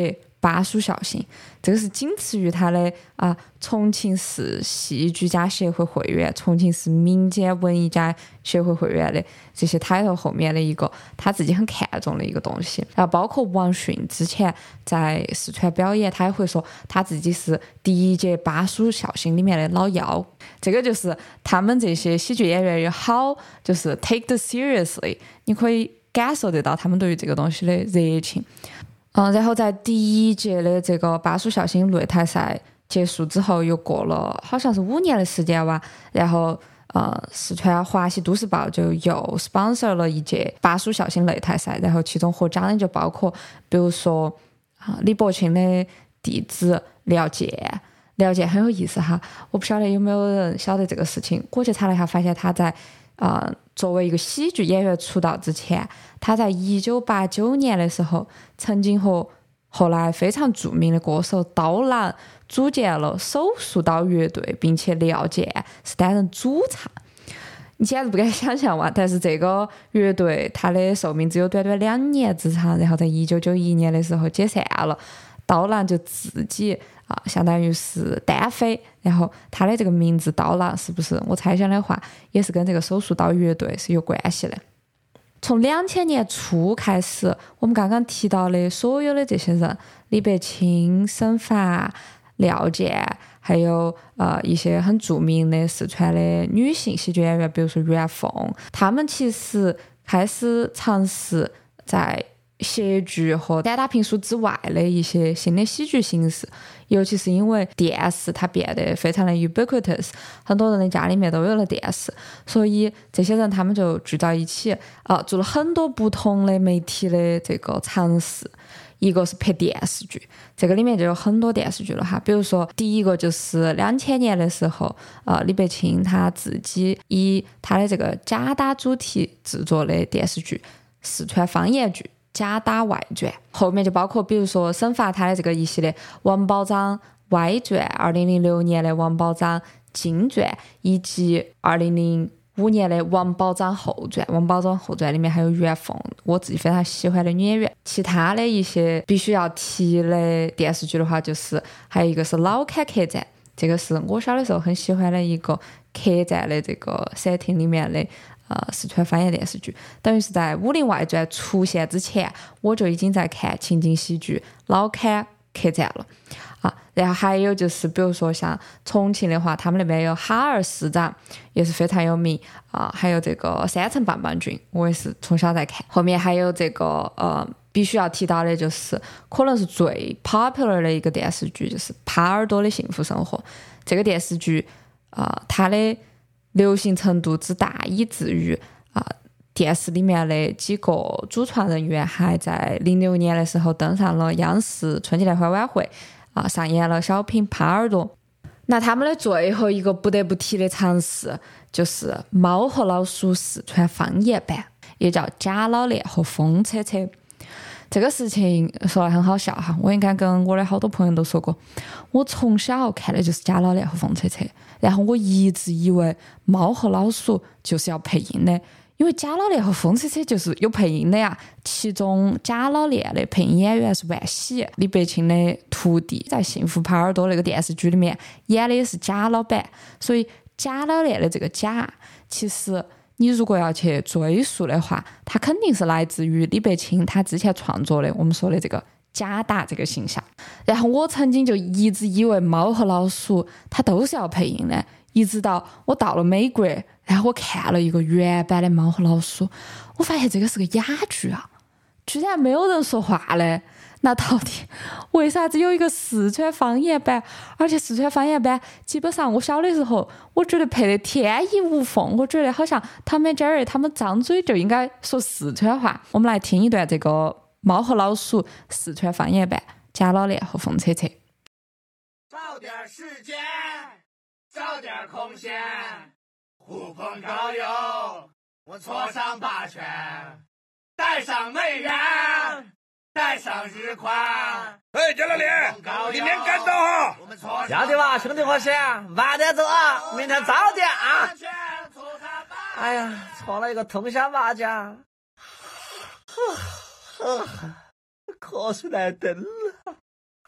巴蜀孝行，这个是仅次于他的重庆市戏剧家协会会员、重庆市民间文艺家协会会员的这些抬头后面的一个他自己很看重的一个东西。然后包括王迅之前在四川表演，他也会说他自己是第一届巴蜀孝行里面的老幺。这个就是他们这些喜剧演员也好，就是 take the seriously， 你可以感受得到他们对于这个东西的热情。然后在第一届的这个巴蜀孝行擂台赛结束之后，又过了好像是5年的时间吧，然后四川华西都市报就又 sponsor 了一届巴蜀孝行擂台赛，然后其中获奖的就包括比如说李伯清的弟子廖健很有意思哈，我不晓得有没有人晓得这个事情，我去查了一下，发现他在作为一个喜剧演员出道之前，他在1989年的时候曾经和后来非常著名的歌手刀郎组建了手术刀乐队，并且廖健是担任主唱。你简直不敢想象哇！但是这个乐队它的寿命只有短短2年之长，然后在1991年的时候解散了，刀郎就自己相当于是单飞，然后他的这个名字刀郎是不是我猜想的话也是跟这个手术刀乐队是有关系的。从2000年初开始，我们刚刚提到的所有的这些人，李伯清、沈发、廖健，还有一些很著名的四川的女性喜剧演员，比如说袁凤，他们其实开始尝试在谐剧和散打评书之外的一些新的喜剧形式，尤其是因为电视它变得非常的 ubiquitous， 很多人的家里面都有了电视，所以这些人他们就聚到一起做了很多不同的媒体的这个尝试。一个是拍电视剧，这个里面就有很多电视剧了哈，比如说第一个就是2000年的时候李伯清他自己以他的这个假打主题制作的电视剧四川方言剧假打外传，后面就包括比如说沈发他的这个一系列王宝章歪传，2006年的王宝章金传，以及2005年的王宝章后传。王宝章后传里面还有袁凤，我自己非常喜欢的女演员。其他的一些必须要提的电视剧的话，就是还有一个是老侃客栈，这个是我小的时候很喜欢的一个客栈的这个setting里面的四川方言电视剧，等于是在《武林外传》出现之前，我就已经在看情景喜剧老侃客栈了然后还有就是比如说像重庆的话，他们那边有哈儿市长也是非常有名还有这个三层棒棒军，我也是从小在看。后面还有这个必须要提到的就是可能是最 popular 的一个电视剧，就是耙耳朵的幸福生活。这个电视剧它的流行程度之大，以至于电视里面的几个主创人员还在06年的时候登上了央视春节联欢晚会上演了小品耙耳朵。那他们的最后一个不得不提的尝试就是猫和老鼠四川方言版，也叫假老练和风车车。这个事情说来很好笑哈，我应该跟我的好多朋友都说过，我从小看的就是假老练和风车车，然后我一直以为猫和老鼠就是要配音的，因为假老练和风车车就是有配音的呀。其中假老练的配音演员是万喜，李伯清的徒弟，在《幸福耙耳朵》那个电视剧里面演的也是假老板，所以假老练的这个假，其实你如果要去追溯的话，它肯定是来自于李伯清他之前创作的我们说的这个假打这个形象。然后我曾经就一直以为猫和老鼠它都是要配音的，一直到我到了美国，然后我看了一个原版的猫和老鼠，我发现这个是个哑剧居然没有人说话嘞。那到底为啥子有一个四川方言版？而且四川方言版基本上我小的时候我觉得配的天衣无缝，我觉得好像他们Jerry他们张嘴就应该说四川话。我们来听一段这个猫和老鼠四川方言版假老练和风车车。 找点时间，找点空闲，狐朋狗友我搓上8圈，带上美元，带上日宽。 哎，贾老练，明天赶到哈。 要得吧，兄弟伙些，晚点走啊，明天早点啊。哎呀，搓了一个通宵麻将，瞌睡来灯了。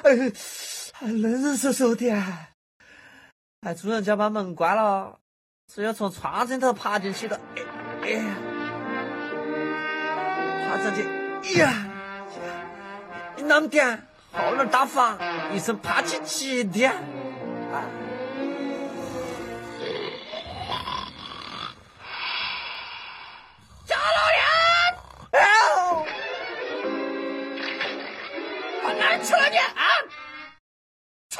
冷飕飕的。主人家把门关了，是要从窗子头爬进去的。爬上去，那么点，后门打房，一声爬起起的。 贾老爷，跑哪儿去了你啊？出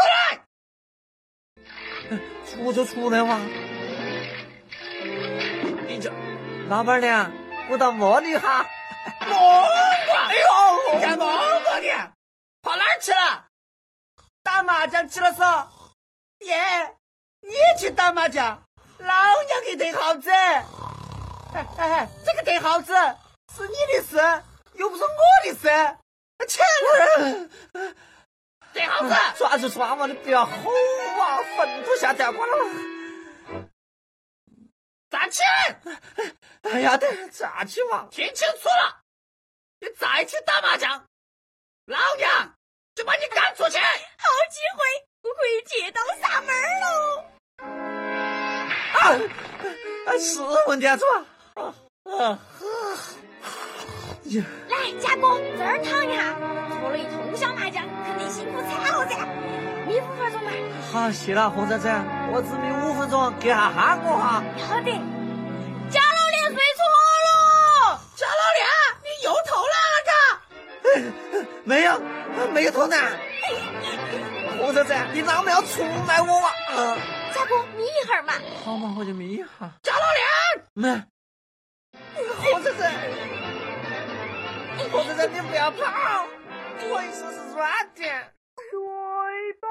来！ 出就出来哇！你这老板娘，我到摸你哈。 摸我！哎呦，干摸我你？跑哪儿去了？打麻将去了嗦？耶，你去打麻将？老娘给对号子。这个对号子是你的事，又不是我的事。钱呢？对号子， 抓就抓嘛，你不要吼啊！坟头下掉光了。 站起！ 哎呀，对，站起嘛！ 听清楚了，你再去打麻将，老娘就把你赶出去！好机会，我可以借刀杀门喽！ 是问题啊，是吧？ 来，家公，这儿躺一下。搓了一通宵麻将，肯定辛苦惨了噻。眯5分钟嘛。 好，谢了，红仔仔，我只眯5分钟，给下喊我哈。 好的。贾老脸睡错了。 贾老脸，你又偷懒了嘎？没有偷懒。红仔仔，你啷么要出卖我啊？ 家公，眯一会儿嘛。 好嘛，我就眯一下。 贾老脸， 红仔仔，红仔仔，你不要跑，我一手是软的。 睡吧，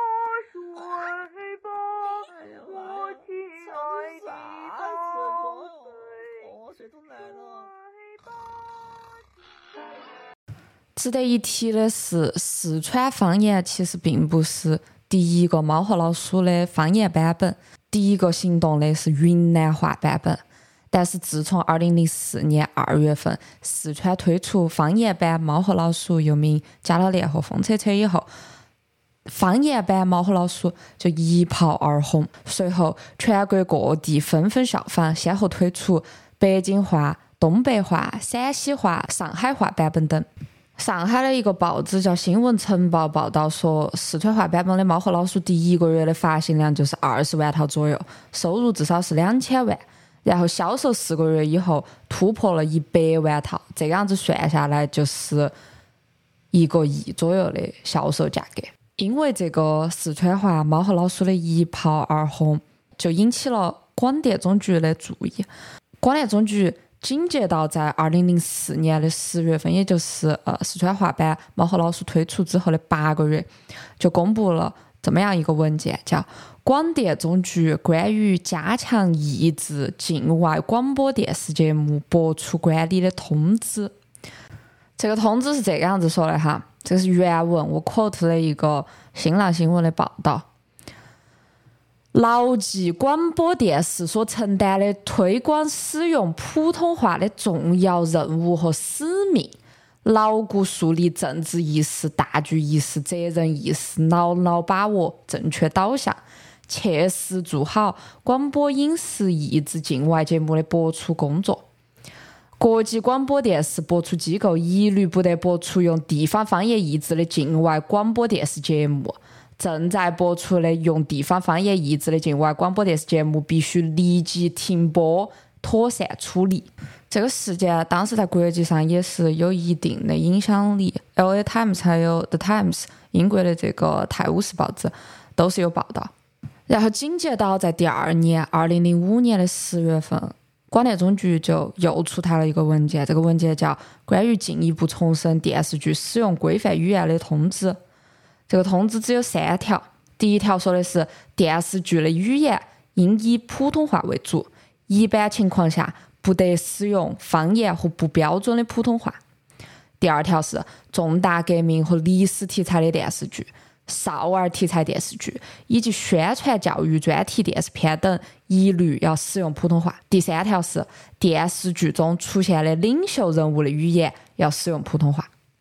我亲爱的宝贝， 水桶来了。 值得一提的是，四川方言其实并不是第一个猫和老鼠的方言版本，第一个行动的是云南话版本。但是自从2004年2月份四川推出方言版猫和老鼠，又名贾老练和风车车以后，方言版猫和老鼠就一炮而红。随后全国各地纷纷效仿，先后推出北京话、东北话、陕西话、上海话版本等。上海的一个报纸叫《新闻晨报》报道说，四川话版本的猫和老鼠第一个月的发行量就是20万套左右，收入至少是2000万，然后销售4个月以后突破了100万套，这样子算下来就是1个亿左右的销售价格。因为这个四川话猫和老鼠的一炮而红，就引起了广电总局的注意。广电总局紧接到在2004年的10月份，也就是四川话版猫和老鼠推出之后的8个月，就公布了这么样一个文件，叫广电总局关于加强抑制境外广播电视节目播出管理的通知。这个通知是这个样子说的哈，这个是原文，我 quote 了一个新浪新闻的报道。牢记广播电视所承担的推广使用普通话的重要任务和使命，牢固树立政治意识、大局意识、责任意识，牢牢把握正确导向，切实做好广播影视抑制境外节目的播出工作。国际广播电视播出机构一律不得播出用地方方言抑制的境外广播电视节目。正在播出的用地方方言抑制的境外广播电视节目必须立即停播，妥善处理。这个事件当时在国际上也是有一定的影响力， LA Times 还有 The Times 英国的这个泰晤士报纸都是有报道。然后紧接到在第二年2005年的10月份，广电总局就又出台了一个文件，这个文件叫《关于进一步重申电视剧使用规范语言的通知》。这个通知只有3条，第一条说的是电视剧的语言应以普通话为主，一般情况下不得使用方言和不标准的普通话。第二条是重大革命和历史题材的电视剧、少儿题材电视剧以及宣传教育专题电视片等一律要使用普通话。第3条是电视剧中出现的领袖人物的语言要使用普通话。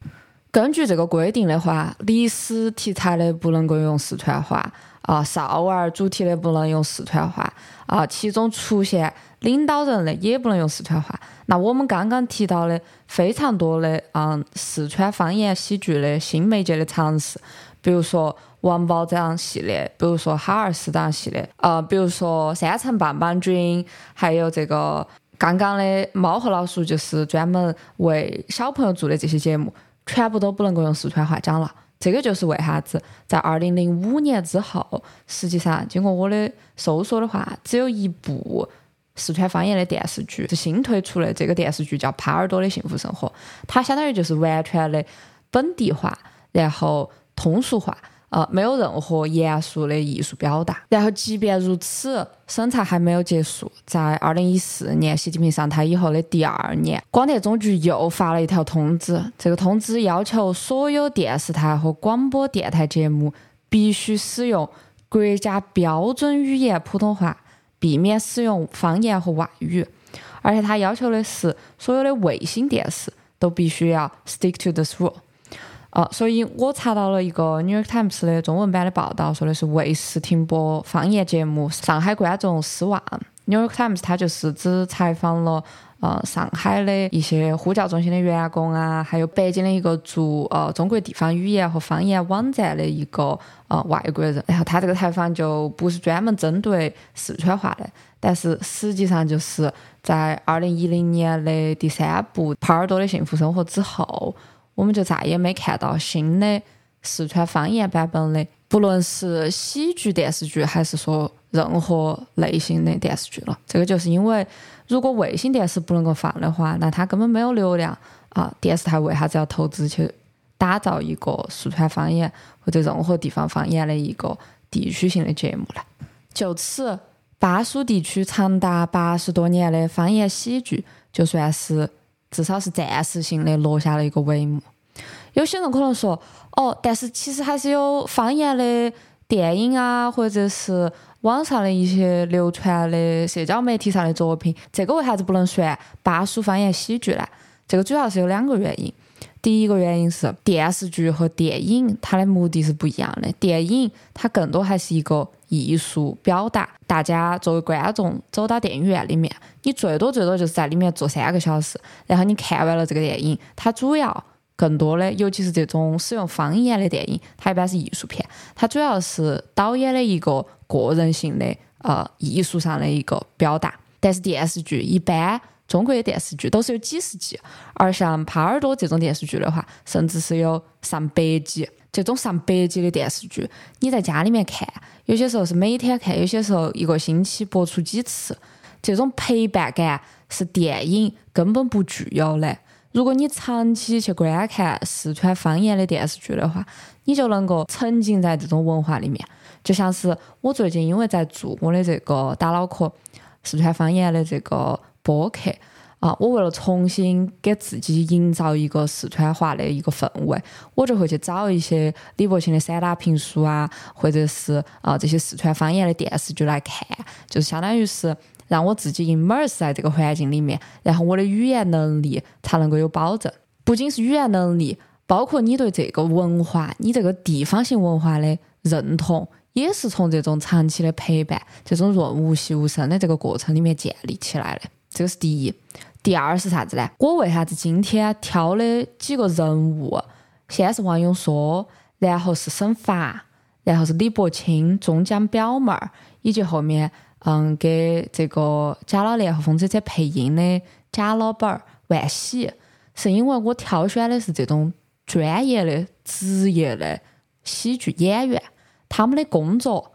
根据这个规定的话，历史题材的不能够用四川话少儿主题的不能用四川话其中出现领导人的也不能用四川话。那我们刚刚提到的非常多的四川方言喜剧的新媒介的尝试，比如说王宝长系列，比如说哈二死党系列比如说三层棒棒军，还有这个刚刚的猫和老鼠，就是专门为小朋友做的这些节目，全部都不能够用四川话讲了。这个就是为啥子在2005年之后，实际上经过我的搜索的话，只有一部四川方言的电视剧是新推出的，这个电视剧叫《耙耳朵的幸福生活》，它相当于就是完全的本地化，然后通俗化没有任何严肃的艺术表达。然后即便如此，审查还没有结束，在2014年习近平上台以后的第2年，广电总局又发了一条通知，这个通知要求所有电视台和广播电台节目必须使用国家标准语言普通话，避免使用方言和外语。而且他要求的是所有的卫星电视都必须要 stick to this rule。所以我查到了一个 New York Times 的中文版的报道，说的是卫视停播方言节目，上海观众失望。New York Times 它就是只采访了上海的一些呼叫中心的员工还有北京的一个做中国地方语言和方言网站的一个外国人。然后他这个采访就不是专门针对四川话的，但是实际上就是在2010年的第3部《耙耳朵的幸福生活》之后，我们就再也没看到新的四川方言版本的，不论是喜剧电视剧还是说任何类型的电视剧了。这个就是因为如果卫星电视不能够放的话，那它根本没有流量电视台为啥子要投资去打造一个四川方言或者任何地方方言的一个地区性的节目呢？就此，巴蜀地区长达80多年的方言喜剧就算是至少是暂时性的落下了一个帷幕。有些人可能说但是其实还是有方言的电影或者是网上的一些流传的社交媒体上的作品，这个为啥子不能算巴蜀方言喜剧呢？这个主要是有2个原因。第一个原因是电视剧和电影它的目的是不一样的，电影它更多还是一个艺术表达，大家作为观众走到电影院里面，你最多就是在里面坐3个小时，然后你看完了这个电影，它主要更多的，尤其是这种使用方言的电影，它一般是艺术片，它主要是导演的一个个人性的艺术上的一个表达。但是电视剧一般中国的电视剧都是有几十集，而像耙耳朵这种电视剧的话，甚至是有上百集。这种上百集的电视剧，你在家里面看，有些时候是每天看，有些时候一个星期播出几次，这种陪伴感是电影根本不具有的。如果你长期去观看四川方言的电视剧的话，你就能够沉浸在这种文化里面。就像是我最近因为在做我的这个打脑壳四川方言的这个播客我为了重新给自己营造一个四川话的一个氛围，我就会去找一些李伯清的散打评书或者是这些四川方言的电视剧来看，就是相当于是让我自己 immerse 在这个环境里面，然后我的语言能力才能够有保证。不仅是语言能力，包括你对这个文化，你这个地方性文化的认同，也是从这种长期的陪伴，这种润物细无声的这个过程里面建立起来的。这个是第一。第二是啥子呢？我为啥子今天挑的几个人物，先是王永硕，然后是沈发，然后是李伯清、中江表妹儿，以及后面给这个贾老练和风车车配音的贾老板儿万喜，是因为我挑选的是这种专业的职业的喜剧演员，他们的工作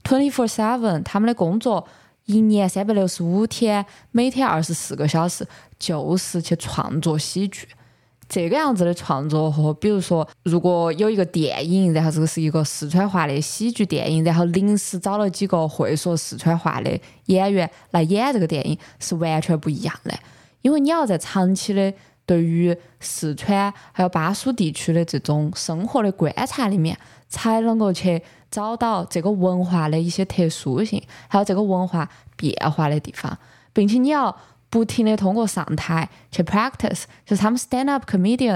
24/7， 他们的工作1年365天，每天24个小时，就是去创作喜剧。这个样子的创作和比如说如果有一个电影，然后这个是一个四川话的喜剧电影，然后临时找了几个会说四川话的演员来演这个电影，是完全不一样的。因为你要在长期的对于四川还有巴蜀地区的这种生活的观察里面，才能够去找到这个文化的一些特殊性，还有这个文化变化的地方，并且你要不停的通过上台去 practice， 就是他们 stand up comedian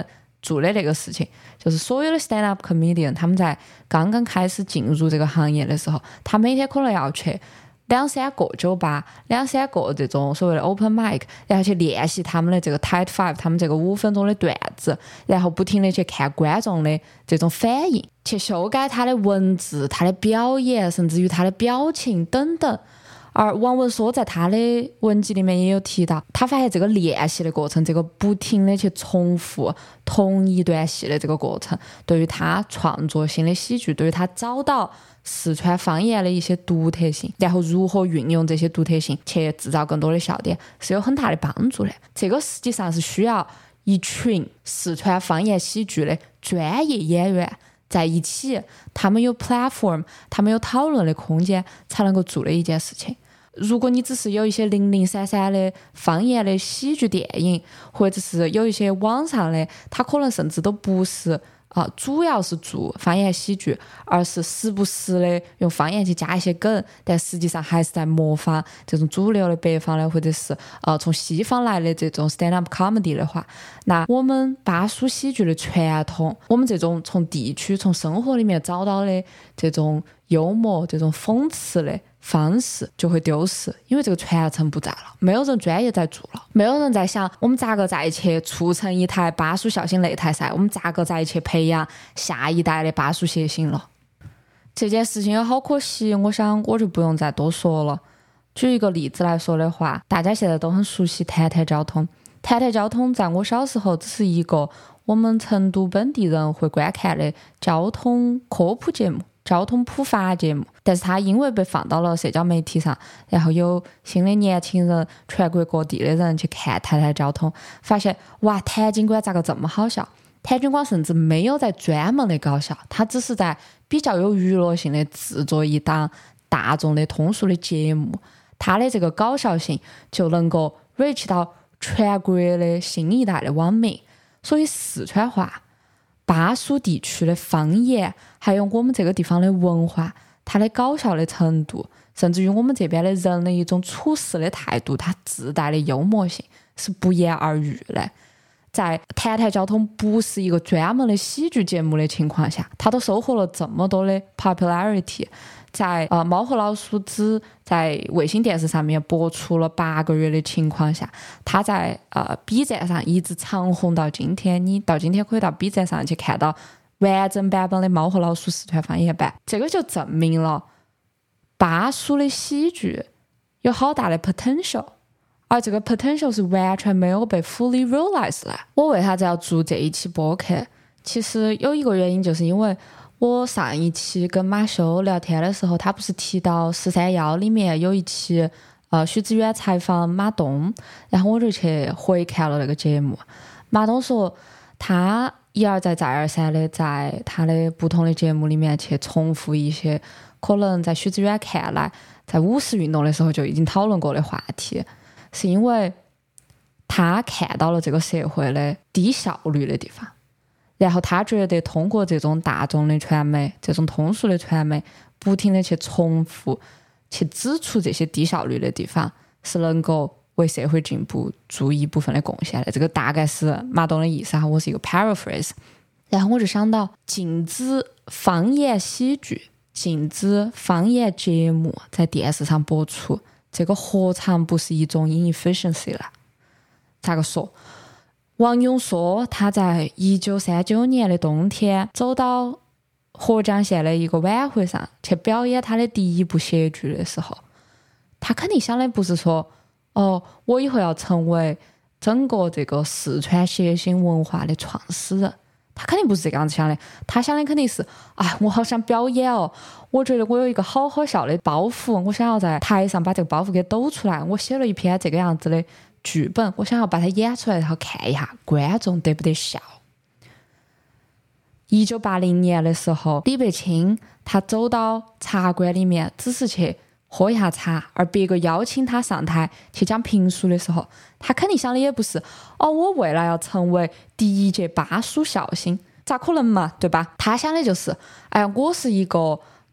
做的那个事情，就是所有的 stand up comedian 他们在刚刚开始进入这个行业的时候，他每天可能要去2-3个酒吧，2-3个这种所谓的 open mic， 然后去练习他们的这个 tight five， 他们这个5分钟的段子，然后不停的去看观众的这种反应，去修改他的文字、他的表演，甚至于他的表情等等。而王文说在他的文集里面也有提到，他发现这个练习的过程，这个不停的去重复同一段戏的这个过程，对于他创作新的喜剧，对于他找到四川方言的一些独特性，然后如何运用这些独特性去制造更多的笑点，是有很大的帮助的。这个实际上是需要一群四川方言喜剧的专业演员在一起，他们有 platform， 他们有讨论的空间，才能够做的一件事情。如果你只是有一些零零散散的方言的喜剧电影，或者是有一些网上的，它可能甚至都不是主要是做方言喜剧，而是时不时的用方言去加一些梗，但实际上还是在模仿这种主流的北方的或者是从西方来的这种 stand up comedy 的话，那我们巴蜀喜剧的传统，我们这种从地区从生活里面找到的这种幽默这种讽刺的方式就会丢失，因为这个传承不在了，没有人专业在做了，没有人在想我们咋个再去促成一台巴蜀孝心擂台赛，我们咋个再去培养下一代的巴蜀谐星了。这件事情有好可惜，我想我就不用再多说了。举一个例子来说的话，大家现在都很熟悉谈谈交通。谈谈交通在我小时候只是一个我们成都本地人会观看的交通科普节目，交通普法节目，但是它因为被放到了社交媒体上，然后有新的年轻人，全国各地的人去看谈谈交通，发现哇，谭警官咋个这么好笑？谭警官甚至没有在专门的搞笑，他只是在比较有娱乐性的制作一档大众的通俗的节目，他的这个搞笑性就能够 reach 到全国的新一代的网民。所以四川话、巴蜀地区的方言，还有我们这个地方的文化，它的搞笑的程度，甚至于我们这边的人的一种处事的态度，它自带的幽默性是不言而喻的。在谈谈交通不是一个专门的喜剧节目的情况下，它都收获了这么多的 popularity。在猫和老鼠只在卫星电视上面播出了8个月的情况下，它在B 站上一直长红到今天。你到今天可以到 B 站上去看到完整版本的猫和老鼠四川方言版，这个就证明了巴蜀的喜剧有好大的 potential， 而这个 potential 是完全没有被 fully realized 的。我为啥子要做这一期播客？其实有一个原因，就是因为我上一期跟马修聊天的时候，他不是提到13邀里面有一期许知远采访马东，然后我就去回看了那个节目。马东说他一而再再而三的在他的不同的节目里面去重复一些可能在许知远看来在50运动的时候就已经讨论过的话题，是因为他看到了这个社会的低效率的地方，然后他觉得通过这种大众的传媒，这种通俗的传媒，不停的去重复去指出这些低效率的地方，是能够为社会进步做一部分的贡献的。这个大概是马东的意思，我是一个 paraphrase。 然后我就想到禁止方言喜剧，禁止方言节目在电视上播出，这个何尝不是一种 inefficiency 呢？咋个说？王勇说他在1939年的冬天走到合江县的一个晚会上去表演他的第一部喜剧的时候，他肯定想的不是说我以后要成为整个这个四川谐星文化的创始人，他肯定不是这个样子想的。他想的肯定是我好想表演哦，我觉得我有一个好好笑的包袱，我想要在台上把这个包袱给抖出来，我写了一篇这个样子的剧本，我想要把它演出来，然后看一下观众得不得笑。1980年的时候，李北清他走到茶馆里面只是去喝一下茶，而别个邀请他上台去讲评书的时候，他肯定想的也不是我未来要成为第一届巴蜀孝星，咋可能嘛，对吧？他想的就是我是一个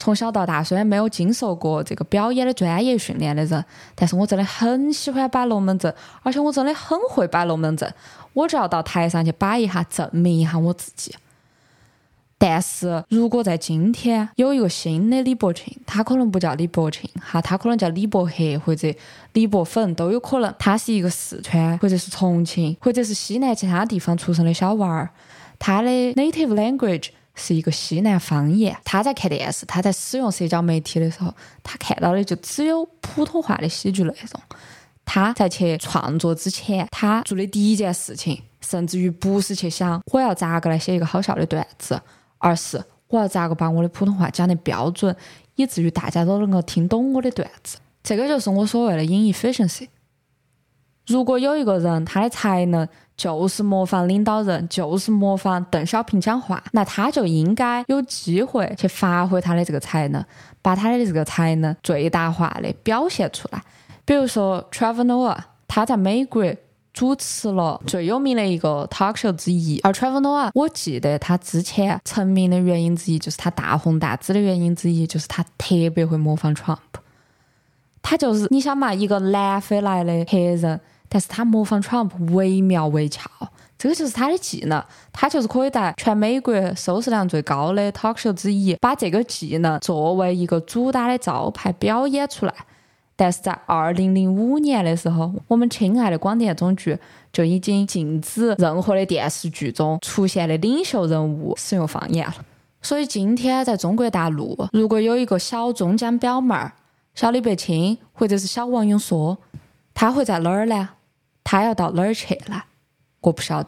从小到大虽然没有经受过这个表演的专业训练的人，但是我真的很喜欢摆龙门阵，而且我真的很会摆龙门阵，我只要到台上去摆一下，证明一下我自己。但是如果在今天有一个新的李伯清，他可能不叫李伯清哈，他可能叫李伯黑或者李伯粉都有可能，他是一个四川或者是重庆或者是西南其他地方出生的小娃儿，他的 native language 是一个西南方言，他在看电视，他在使用社交媒体的时候，他看到的就只有普通话的喜剧内容。他在去创作之前，他做的第一件事情，甚至于不是去想我要咋个来写一个好笑的段子，而是我要咋个把我的普通话讲得标准，以至于大家都能够听懂我的段子。这个就是我所谓的音 efficiency。如果有一个人他的才能就是模仿领导人，就是模仿邓小平讲话，那他就应该有机会去发挥他的这个才能，把他的这个才能最大化的表现出来。比如说 Trevor Noah， 他在美国主持了最有名的一个 talk show 之一，而 Trevor Noah 我记得他之前成名的原因之一，就是他大红大紫的原因之一，就是他特别会模仿 Trump。 他就是你想嘛，一个南非来的黑人，但是他模仿 Trump 惟妙惟肖，这个就是他的技能，他就是可以在全美国收视量最高的 talk show 之一把这个技能作为一个主打的招牌表演出来。但是在2005年的时候，我们亲爱的广电总局就已经禁止任何的电视剧中出现的领袖人物使用方言了。所以今天在中国大陆，如果有一个小中江表妹儿，小李伯清或者是小王永硕，他会在哪儿呢？他要到哪儿去呢？我不晓得。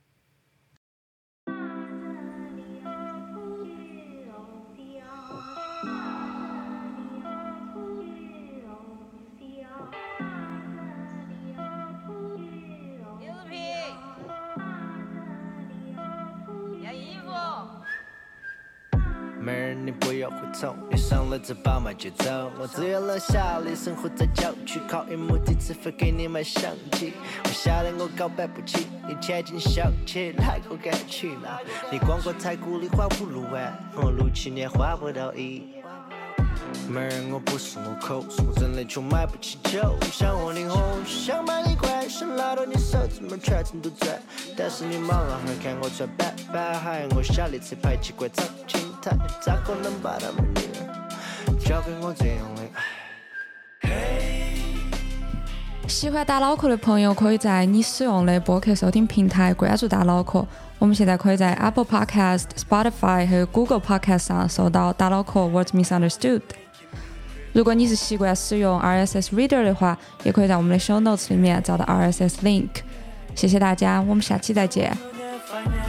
妹儿，你不要回头，你上了这宝马就走。我只有留下来生活在郊区，靠一亩地只会给你买相机。我晓得我告白不起，你前进小气，哪个敢去呢？你光过太古里花5路湾，我6-7年花不到1。妹儿，我不是我抠，是我真的穷买不起酒。想喝你红，想买你乖，想拉到你手指门全程都转。但是你忙啊，还看我穿板板，还我下列车排奇怪长青苔，咋可能把他们女人交给我这样的？ 喜欢打脑壳的朋友，可以在你使用的播客收听平台关注打脑壳。我们现在可以在 Apple Podcast、Spotify 和 Google Podcast 上搜到打脑壳 What's Misunderstood。如果你是习惯使用 RSS Reader 的话，也可以在我们的 Show Notes 里面找到 RSS Link。谢谢大家，我们下期再见。